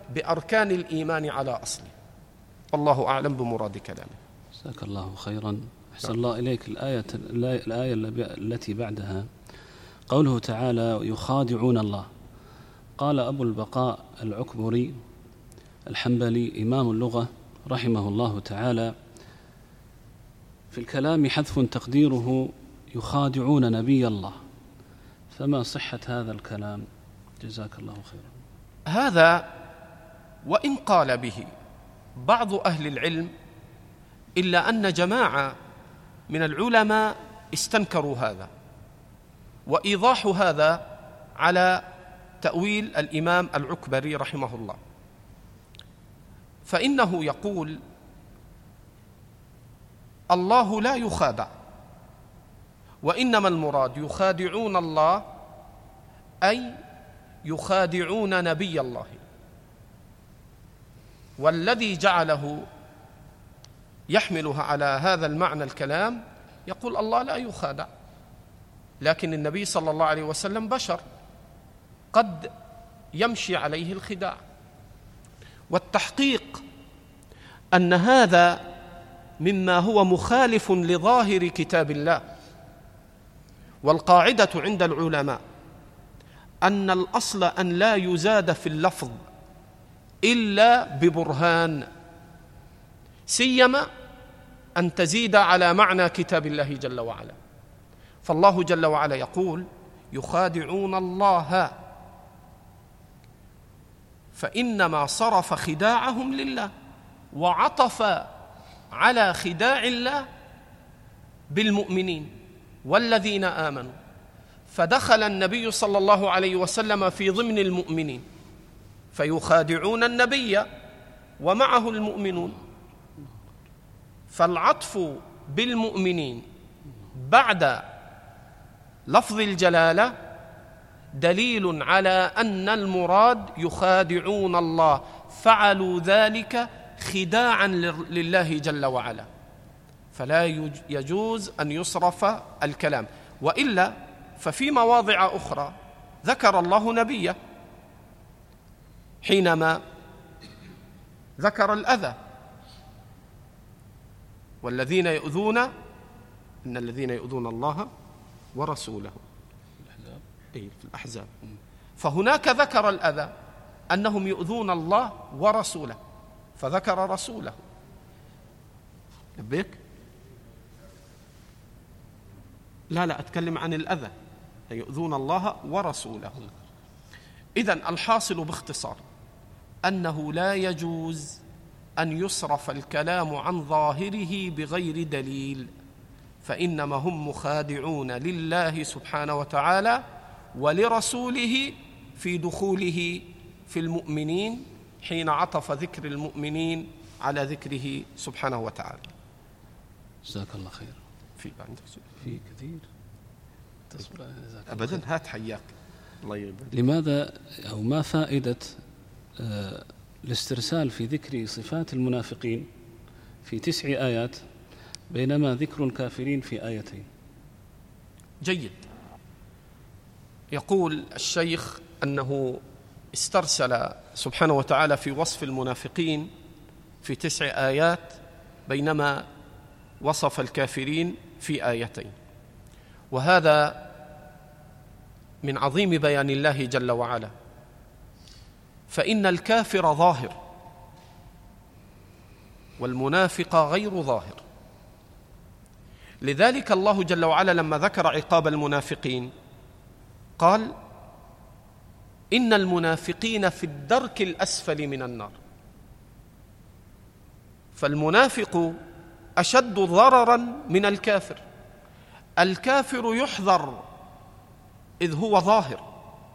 بأركان الإيمان على أصله. والله أعلم بمراد كلامه. جزاك الله خيرا. أحسن الله إليك. الآية التي بعدها قوله تعالى يخادعون الله. قال أبو البقاء العكبري الحنبلي إمام اللغة رحمه الله تعالى: في الكلام حذف تقديره يخادعون نبي الله، فما صحة هذا الكلام؟ جزاك الله خيرا. هذا وإن قال به بعض أهل العلم، إلا أن جماعة من العلماء استنكروا هذا، وإيضاح هذا على تأويل الإمام العكبري رحمه الله، فإنه يقول: الله لا يخادع، وإنما المراد يخادعون الله أي يخادعون نبي الله. والذي جعله يحملها على هذا المعنى الكلام يقول الله لا يخادع، لكن النبي صلى الله عليه وسلم بشر قد يمشي عليه الخداع. والتحقيق أن هذا مما هو مخالف لظاهر كتاب الله. والقاعدة عند العلماء أن الأصل أن لا يزاد في اللفظ إلا ببرهان، سيما أن تزيد على معنى كتاب الله جل وعلا. فالله جل وعلا يقول يخادعون الله، فإنما صرف خداعهم لله، وعطف على خداع الله بالمؤمنين والذين آمنوا، فدخل النبي صلى الله عليه وسلم في ضمن المؤمنين، فيخادعون النبي ومعه المؤمنون. فالعطف بالمؤمنين بعد لفظ الجلالة دليل على أن المراد يخادعون الله، فعلوا ذلك خداعا لله جل وعلا، فلا يجوز أن يصرف الكلام. وإلا ففي مواضع أخرى ذكر الله نبيه حينما ذكر الأذى، والذين يؤذون إن الذين يؤذون الله ورسوله في الأحزاب. فهناك ذكر الأذى أنهم يؤذون الله ورسوله، فذكر رسوله. لبيك؟ لا أتكلم عن الأذى، يؤذون الله ورسوله. إذن الحاصل باختصار أنه لا يجوز أن يصرف الكلام عن ظاهره بغير دليل، فإنما هم مخادعون لله سبحانه وتعالى ولرسوله في دخوله في المؤمنين حين عطف ذكر المؤمنين على ذكره سبحانه وتعالى. جزاك الله خير. في كثير أبدا، هات حياك الله يبارك. لماذا أو ما فائدة الاسترسال في ذكر صفات المنافقين في 9 آيات بينما ذكر الكافرين في 2 آيات؟ جيد. يقول الشيخ أنه استرسل سبحانه وتعالى في وصف المنافقين في 9 آيات بينما وصف الكافرين في 2 آيات، وهذا من عظيم بيان الله جل وعلا، فإن الكافر ظاهر والمنافق غير ظاهر. لذلك الله جل وعلا لما ذكر عقاب المنافقين قال إن المنافقين في الدرك الأسفل من النار. فالمنافق أشد ضررا من الكافر. الكافر يحذر إذ هو ظاهر،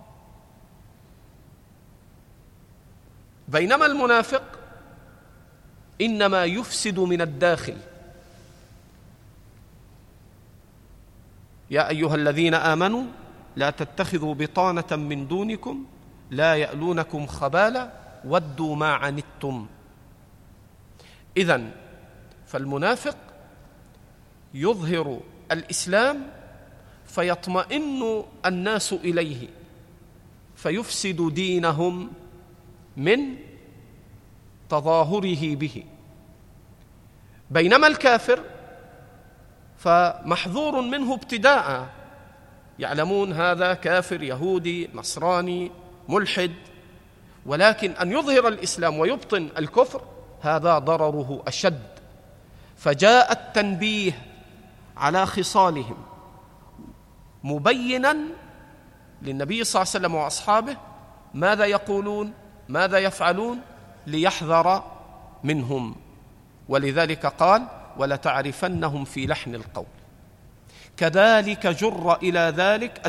بينما المنافق إنما يفسد من الداخل. يا أيها الذين آمنوا لا تتخذوا بطانة من دونكم لا يألونكم خبالا ودوا ما عنتم. إذن فالمنافق يظهر الإسلام فيطمئن الناس إليه فيفسد دينهم من تظاهره به، بينما الكافر فمحظور منه ابتداء، يعلمون هذا كافر يهودي نصراني ملحد، ولكن أن يظهر الإسلام ويبطن الكفر هذا ضرره أشد. فجاء التنبيه على خصالهم مبينا للنبي صلى الله عليه وسلم وأصحابه ماذا يقولون ماذا يفعلون ليحذر منهم. ولذلك قال: ولتعرفنهم في لحن القول. كذلك جر إلى ذلك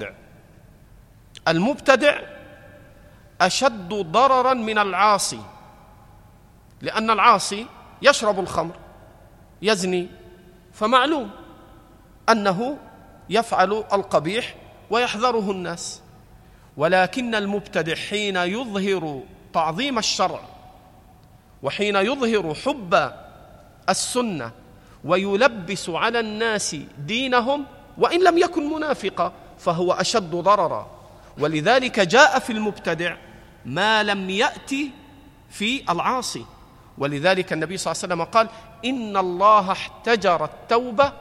المبتدع أشد ضررا من العاصي، لأن العاصي يشرب الخمر يزني، فمعلوم أنه يفعل القبيح ويحذره الناس. ولكن المبتدع حين يظهر تعظيم الشرع وحين يظهر حب السنة ويلبس على الناس دينهم وإن لم يكن منافقا فهو أشد ضررا. ولذلك جاء في المبتدع ما لم يأتي في العاصي. ولذلك النبي صلى الله عليه وسلم قال: إن الله احتجر التوبة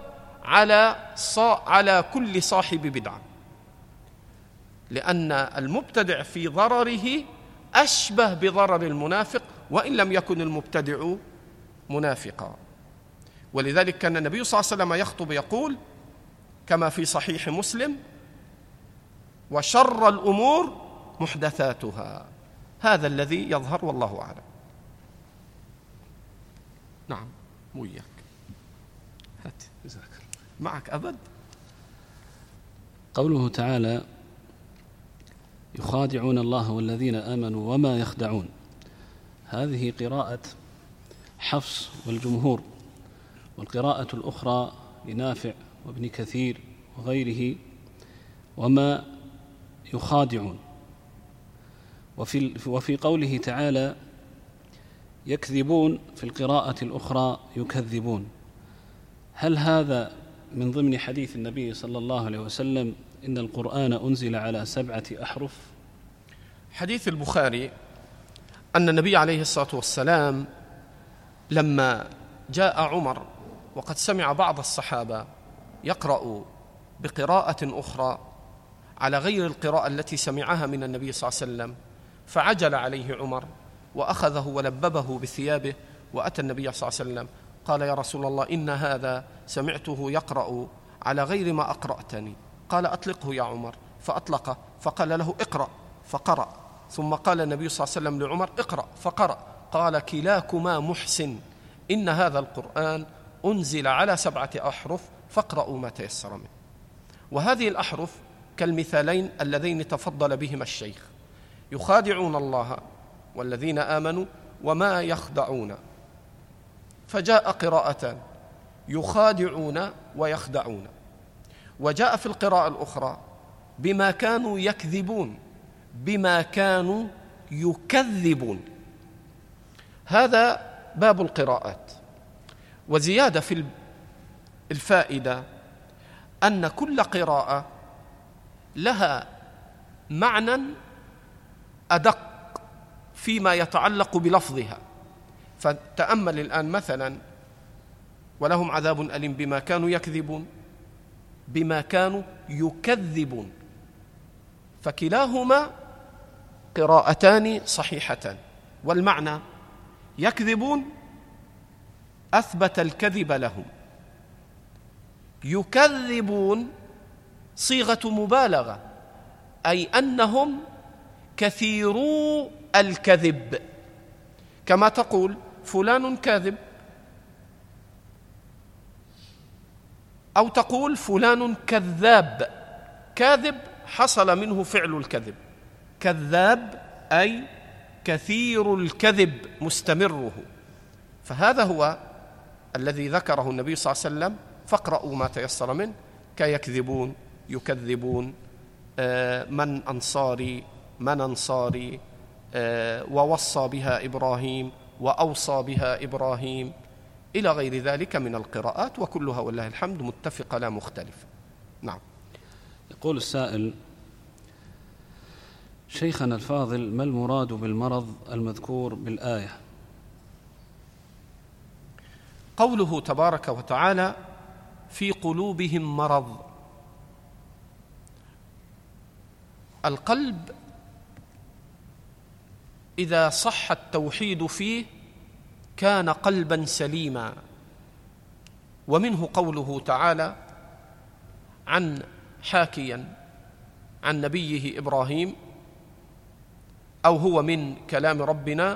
على كل صاحب بدعة، لأن المبتدع في ضرره أشبه بضرر المنافق وإن لم يكن المبتدع منافقا. ولذلك كان النبي صلى الله عليه وسلم يخطب يقول كما في صحيح مسلم: وشر الأمور محدثاتها. هذا الذي يظهر والله أعلم. نعم وياك، هات معك أبد. قوله تعالى: يخادعون الله والذين آمنوا وما يخدعون، هذه قراءة حفص والجمهور، والقراءة الأخرى لنافع وابن كثير وغيره وما يخادعون. وفي قوله تعالى يكذبون في القراءة الأخرى يكذبون، هل هذا من ضمن حديث النبي صلى الله عليه وسلم إن القرآن أنزل على 7 أحرف؟ حديث البخاري أن النبي عليه الصلاة والسلام لما جاء عمر وقد سمع بعض الصحابة يقرأ بقراءة أخرى على غير القراءة التي سمعها من النبي صلى الله عليه وسلم، فعجل عليه عمر وأخذه ولببه بثيابه وأتى النبي صلى الله عليه وسلم قال: يا رسول الله، إن هذا سمعته يقرأ على غير ما أقرأتني. قال: أطلقه يا عمر. فأطلقه، فقال له: اقرأ، فقرأ. ثم قال النبي صلى الله عليه وسلم لعمر: اقرأ، فقرأ. قال: كلاكما محسن، إن هذا القرآن أنزل على 7 أحرف فاقرأوا ما تيسر منه. وهذه الأحرف كالمثالين اللذين تفضل بهما الشيخ: يخادعون الله والذين آمنوا وما يخدعون، فجاء قراءتان: يخادعون ويخدعون. وجاء في القراءة الأخرى: بما كانوا يكذبون، بما كانوا يكذبون. هذا باب القراءات. وزيادة في الفائدة أن كل قراءة لها معنى أدق فيما يتعلق بلفظها. فتأمل الآن مثلا: ولهم عذاب أليم بما كانوا يكذبون، بما كانوا يكذبون، فكلاهما قراءتان صحيحتان. والمعنى: يكذبون أثبت الكذب لهم، يكذبون صيغة مبالغة، أي أنهم كثيرو الكذب، كما تقول فلان كاذب، أو تقول فلان كذاب. كاذب حصل منه فعل الكذب، كذاب أي كثير الكذب مستمره. فهذا هو الذي ذكره النبي صلى الله عليه وسلم: فاقرأوا ما تيسر منه، كيكذبون، يكذبون، من أنصاري، من أنصاري، ووصى بها إبراهيم، وأوصى بها إبراهيم، إلى غير ذلك من القراءات، وكلها والله الحمد متفقة لا مختلفة. نعم. يقول السائل: شيخنا الفاضل، ما المراد بالمرض المذكور بالآية قوله تبارك وتعالى في قلوبهم مرض. القلب إذا صح التوحيد فيه كان قلبا سليما، ومنه قوله تعالى حاكيا عن نبيه إبراهيم، أو هو من كلام ربنا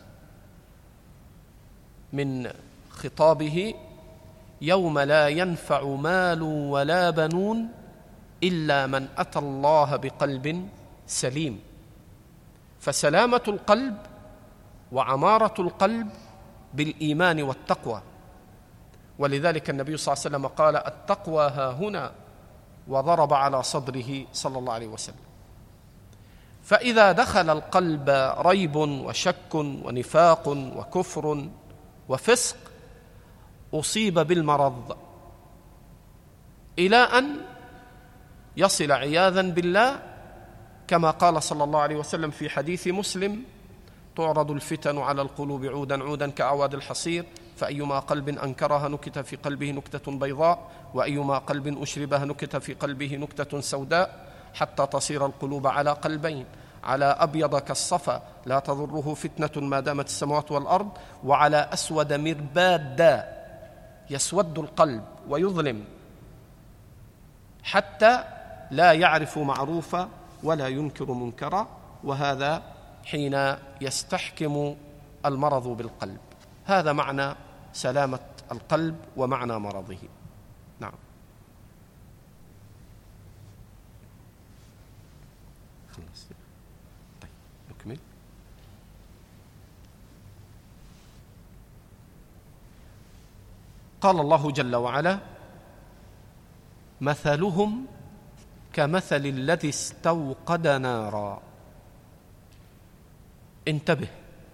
من خطابه: يوم لا ينفع مال ولا بنون إلا من أتى الله بقلب سليم. فسلامة القلب وعمارة القلب بالإيمان والتقوى، ولذلك النبي صلى الله عليه وسلم قال: التقوى ها هنا، وضرب على صدره صلى الله عليه وسلم. فإذا دخل القلب ريب وشك ونفاق وكفر وفسق أصيب بالمرض، إلى أن يصل عياذا بالله كما قال صلى الله عليه وسلم في حديث مسلم: تعرض الفتن على القلوب عودا عودا كأعواد الحصير، فأيما قلب أنكرها نكت في قلبه نكتة بيضاء، وأيما قلب أشربها نكت في قلبه نكتة سوداء، حتى تصير القلوب على قلبين: على أبيض كالصفا لا تضره فتنة ما دامت السماوات والأرض، وعلى أسود مرباد يسود القلب ويظلم حتى لا يعرف معروفا ولا ينكر منكرا. وهذا حين يستحكم المرض بالقلب. هذا معنى سلامة القلب ومعنى مرضه. نعم. طيب نكمل. قال الله جل وعلا: مثلهم كمثل الذي استوقد نارا. انتبه،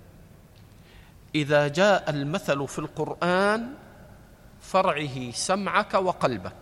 إذا جاء المثل في القرآن فرعه سمعك وقلبك،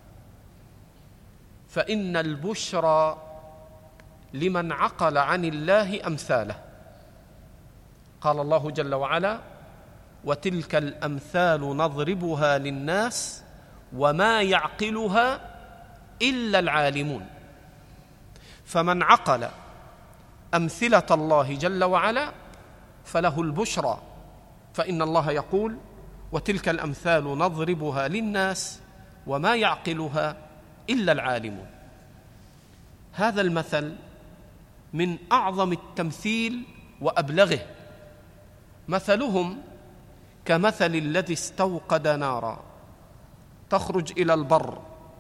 فإن البشرى لمن عقل عن الله أمثاله. قال الله جل وعلا: وتلك الأمثال نضربها للناس وما يعقلها إلا العالمون. فمن عقل أمثلة الله جل وعلا فله البشرى، فإن الله يقول: وتلك الأمثال نضربها للناس وما يعقلها إلا العالمون. هذا المثل من أعظم التمثيل وأبلغه. مثلهم كمثل الذي استوقد نارا، تخرج إلى البر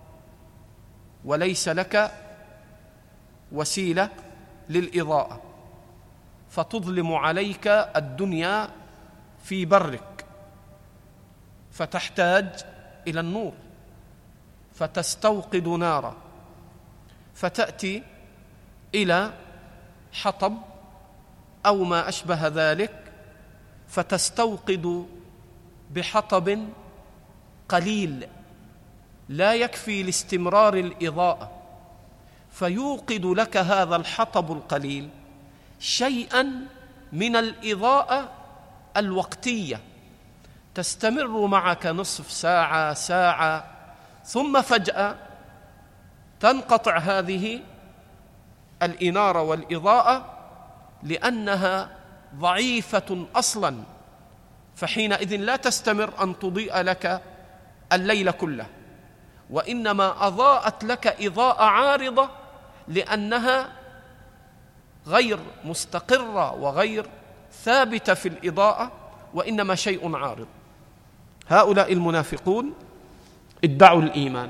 وليس لك وسيلة للإضاءة، فتظلم عليك الدنيا في برك، فتحتاج إلى النور، فتستوقد نارا، فتأتي إلى حطب أو ما أشبه ذلك، فتستوقد بحطب قليل لا يكفي لاستمرار الإضاءة، فيوقد لك هذا الحطب القليل شيئا من الإضاءة الوقتية، تستمر معك نصف ساعة، ساعة، ثم فجأة تنقطع هذه الإنارة والإضاءة لأنها ضعيفة أصلا، فحينئذ لا تستمر أن تضيء لك الليل كله، وإنما أضاءت لك إضاءة عارضة لأنها غير مستقرة وغير ثابتة في الإضاءة، وإنما شيء عارض. هؤلاء المنافقون ادعوا الإيمان،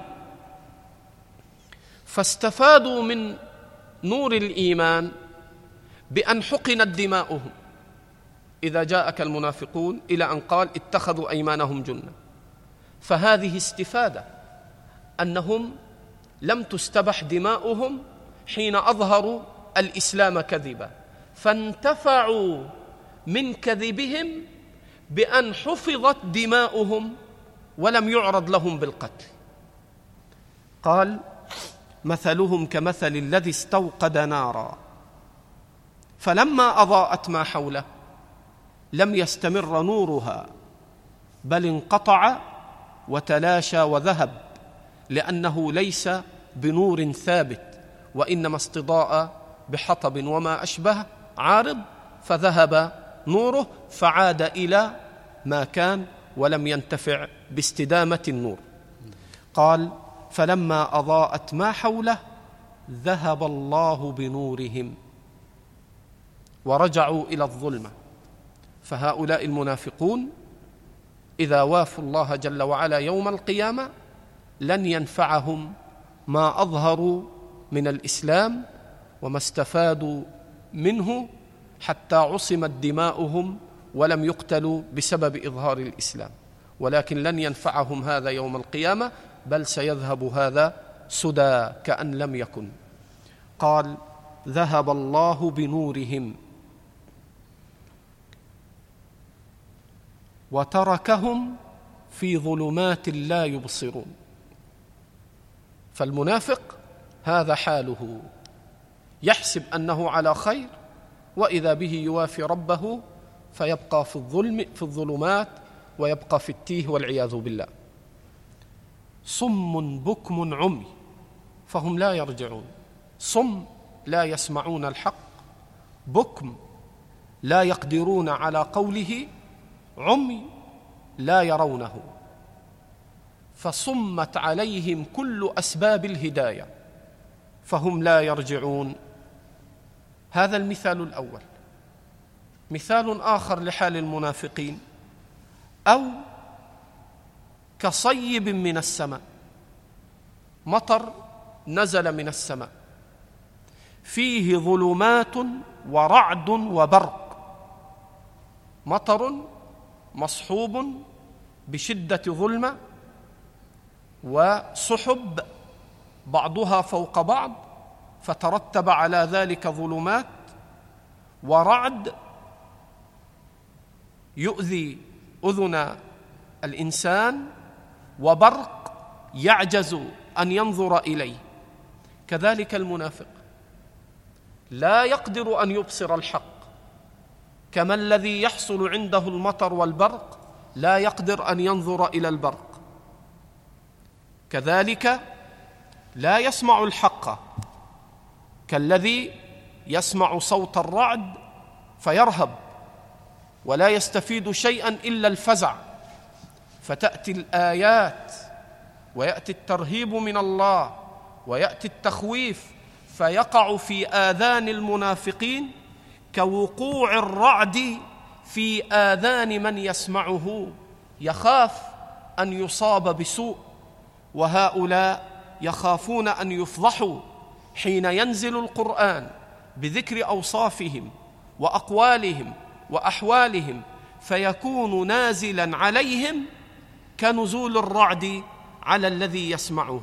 فاستفادوا من نور الإيمان بأن حقنت دماؤهم. إذا جاءك المنافقون إلى أن قال: اتخذوا أيمانهم جنة، فهذه استفادة، أنهم لم تستبح دماؤهم حين أظهروا الإسلام كذبا، فانتفعوا من كذبهم بأن حفظت دماؤهم ولم يعرض لهم بالقتل. قال: مثلهم كمثل الذي استوقد نارا فلما أضاءت ما حوله لم يستمر نورها بل انقطع وتلاشى وذهب، لأنه ليس بنور ثابت، وإنما استضاء بحطب وما أشبه عارض، فذهب نوره فعاد إلى ما كان ولم ينتفع باستدامة النور. قال: فلما أضاءت ما حوله ذهب الله بنورهم ورجعوا إلى الظلمة. فهؤلاء المنافقون إذا وافوا الله جل وعلا يوم القيامة لن ينفعهم ما أظهروا من الإسلام وما استفادوا منه حتى عصمت دماؤهم ولم يقتلوا بسبب إظهار الإسلام، ولكن لن ينفعهم هذا يوم القيامة، بل سيذهب هذا سدى كأن لم يكن. قال: ذهب الله بنورهم وتركهم في ظلمات لا يبصرون. فالمنافق هذا حاله، يحسب أنه على خير، وإذا به يوافي ربه فيبقى في الظلمات ويبقى في التيه والعياذ بالله. صم بكم عمي فهم لا يرجعون. صم لا يسمعون الحق، بكم لا يقدرون على قوله، عمي لا يرونه، فصمت عليهم كل أسباب الهداية فهم لا يرجعون. هذا المثال الأول. مثال آخر لحال المنافقين: أو كصيب من السماء، مطر نزل من السماء فيه ظلمات ورعد وبرق، مطر مصحوب بشدة ظلمة وسحب بعضها فوق بعض، فترتب على ذلك ظلمات ورعد يؤذي أذن الإنسان، وبرق يعجز أن ينظر إليه. كذلك المنافق لا يقدر أن يبصر الحق، كما الذي يحصل عنده المطر والبرق لا يقدر أن ينظر إلى البرق، كذلك لا يسمع الحق كالذي يسمع صوت الرعد فيرهب ولا يستفيد شيئا إلا الفزع. فتأتي الآيات ويأتي الترهيب من الله ويأتي التخويف، فيقع في آذان المنافقين كوقوع الرعد في آذان من يسمعه، يخاف أن يصاب بسوء. وهؤلاء يخافون أن يفضحوا حين ينزل القرآن بذكر أوصافهم وأقوالهم وأحوالهم، فيكون نازلا عليهم كنزول الرعد على الذي يسمعه.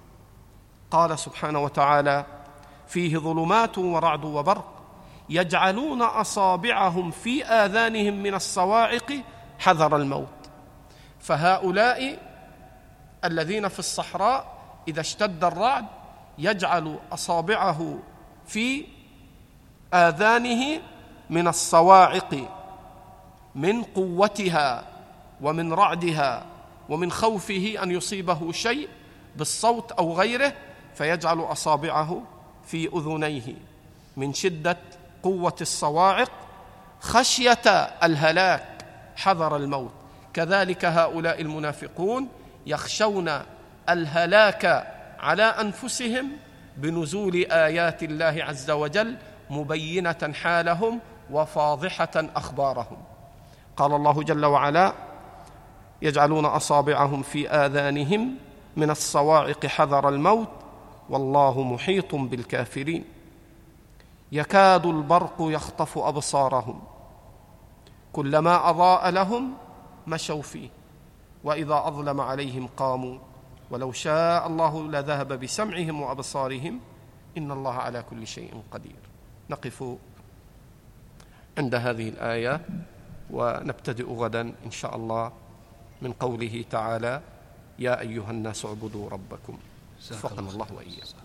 قال سبحانه وتعالى: فيه ظلمات ورعد وبرق يجعلون أصابعهم في آذانهم من الصواعق حذر الموت. فهؤلاء الذين في الصحراء إذا اشتد الرعد يجعل أصابعه في آذانه من الصواعق من قوتها ومن رعدها ومن خوفه أن يصيبه شيء بالصوت أو غيره، فيجعل أصابعه في أذنيه من شدة قوة الصواعق خشية الهلاك حذر الموت. كذلك هؤلاء المنافقون يخشون الهلاك على أنفسهم بنزول آيات الله عز وجل مبينة حالهم وفاضحة أخبارهم. قال الله جل وعلا: يجعلون أصابعهم في آذانهم من الصواعق حذر الموت والله محيط بالكافرين. يكاد البرق يخطف أبصارهم كلما أضاء لهم مشوا فيه وإذا أظلم عليهم قاموا ولو شاء الله لذهب بسمعهم وأبصارهم إن الله على كل شيء قدير. نقف عند هذه الآية ونبتدئ غدا إن شاء الله من قوله تعالى: يا أيها الناس اعبدوا ربكم. وفقنا الله وإياكم.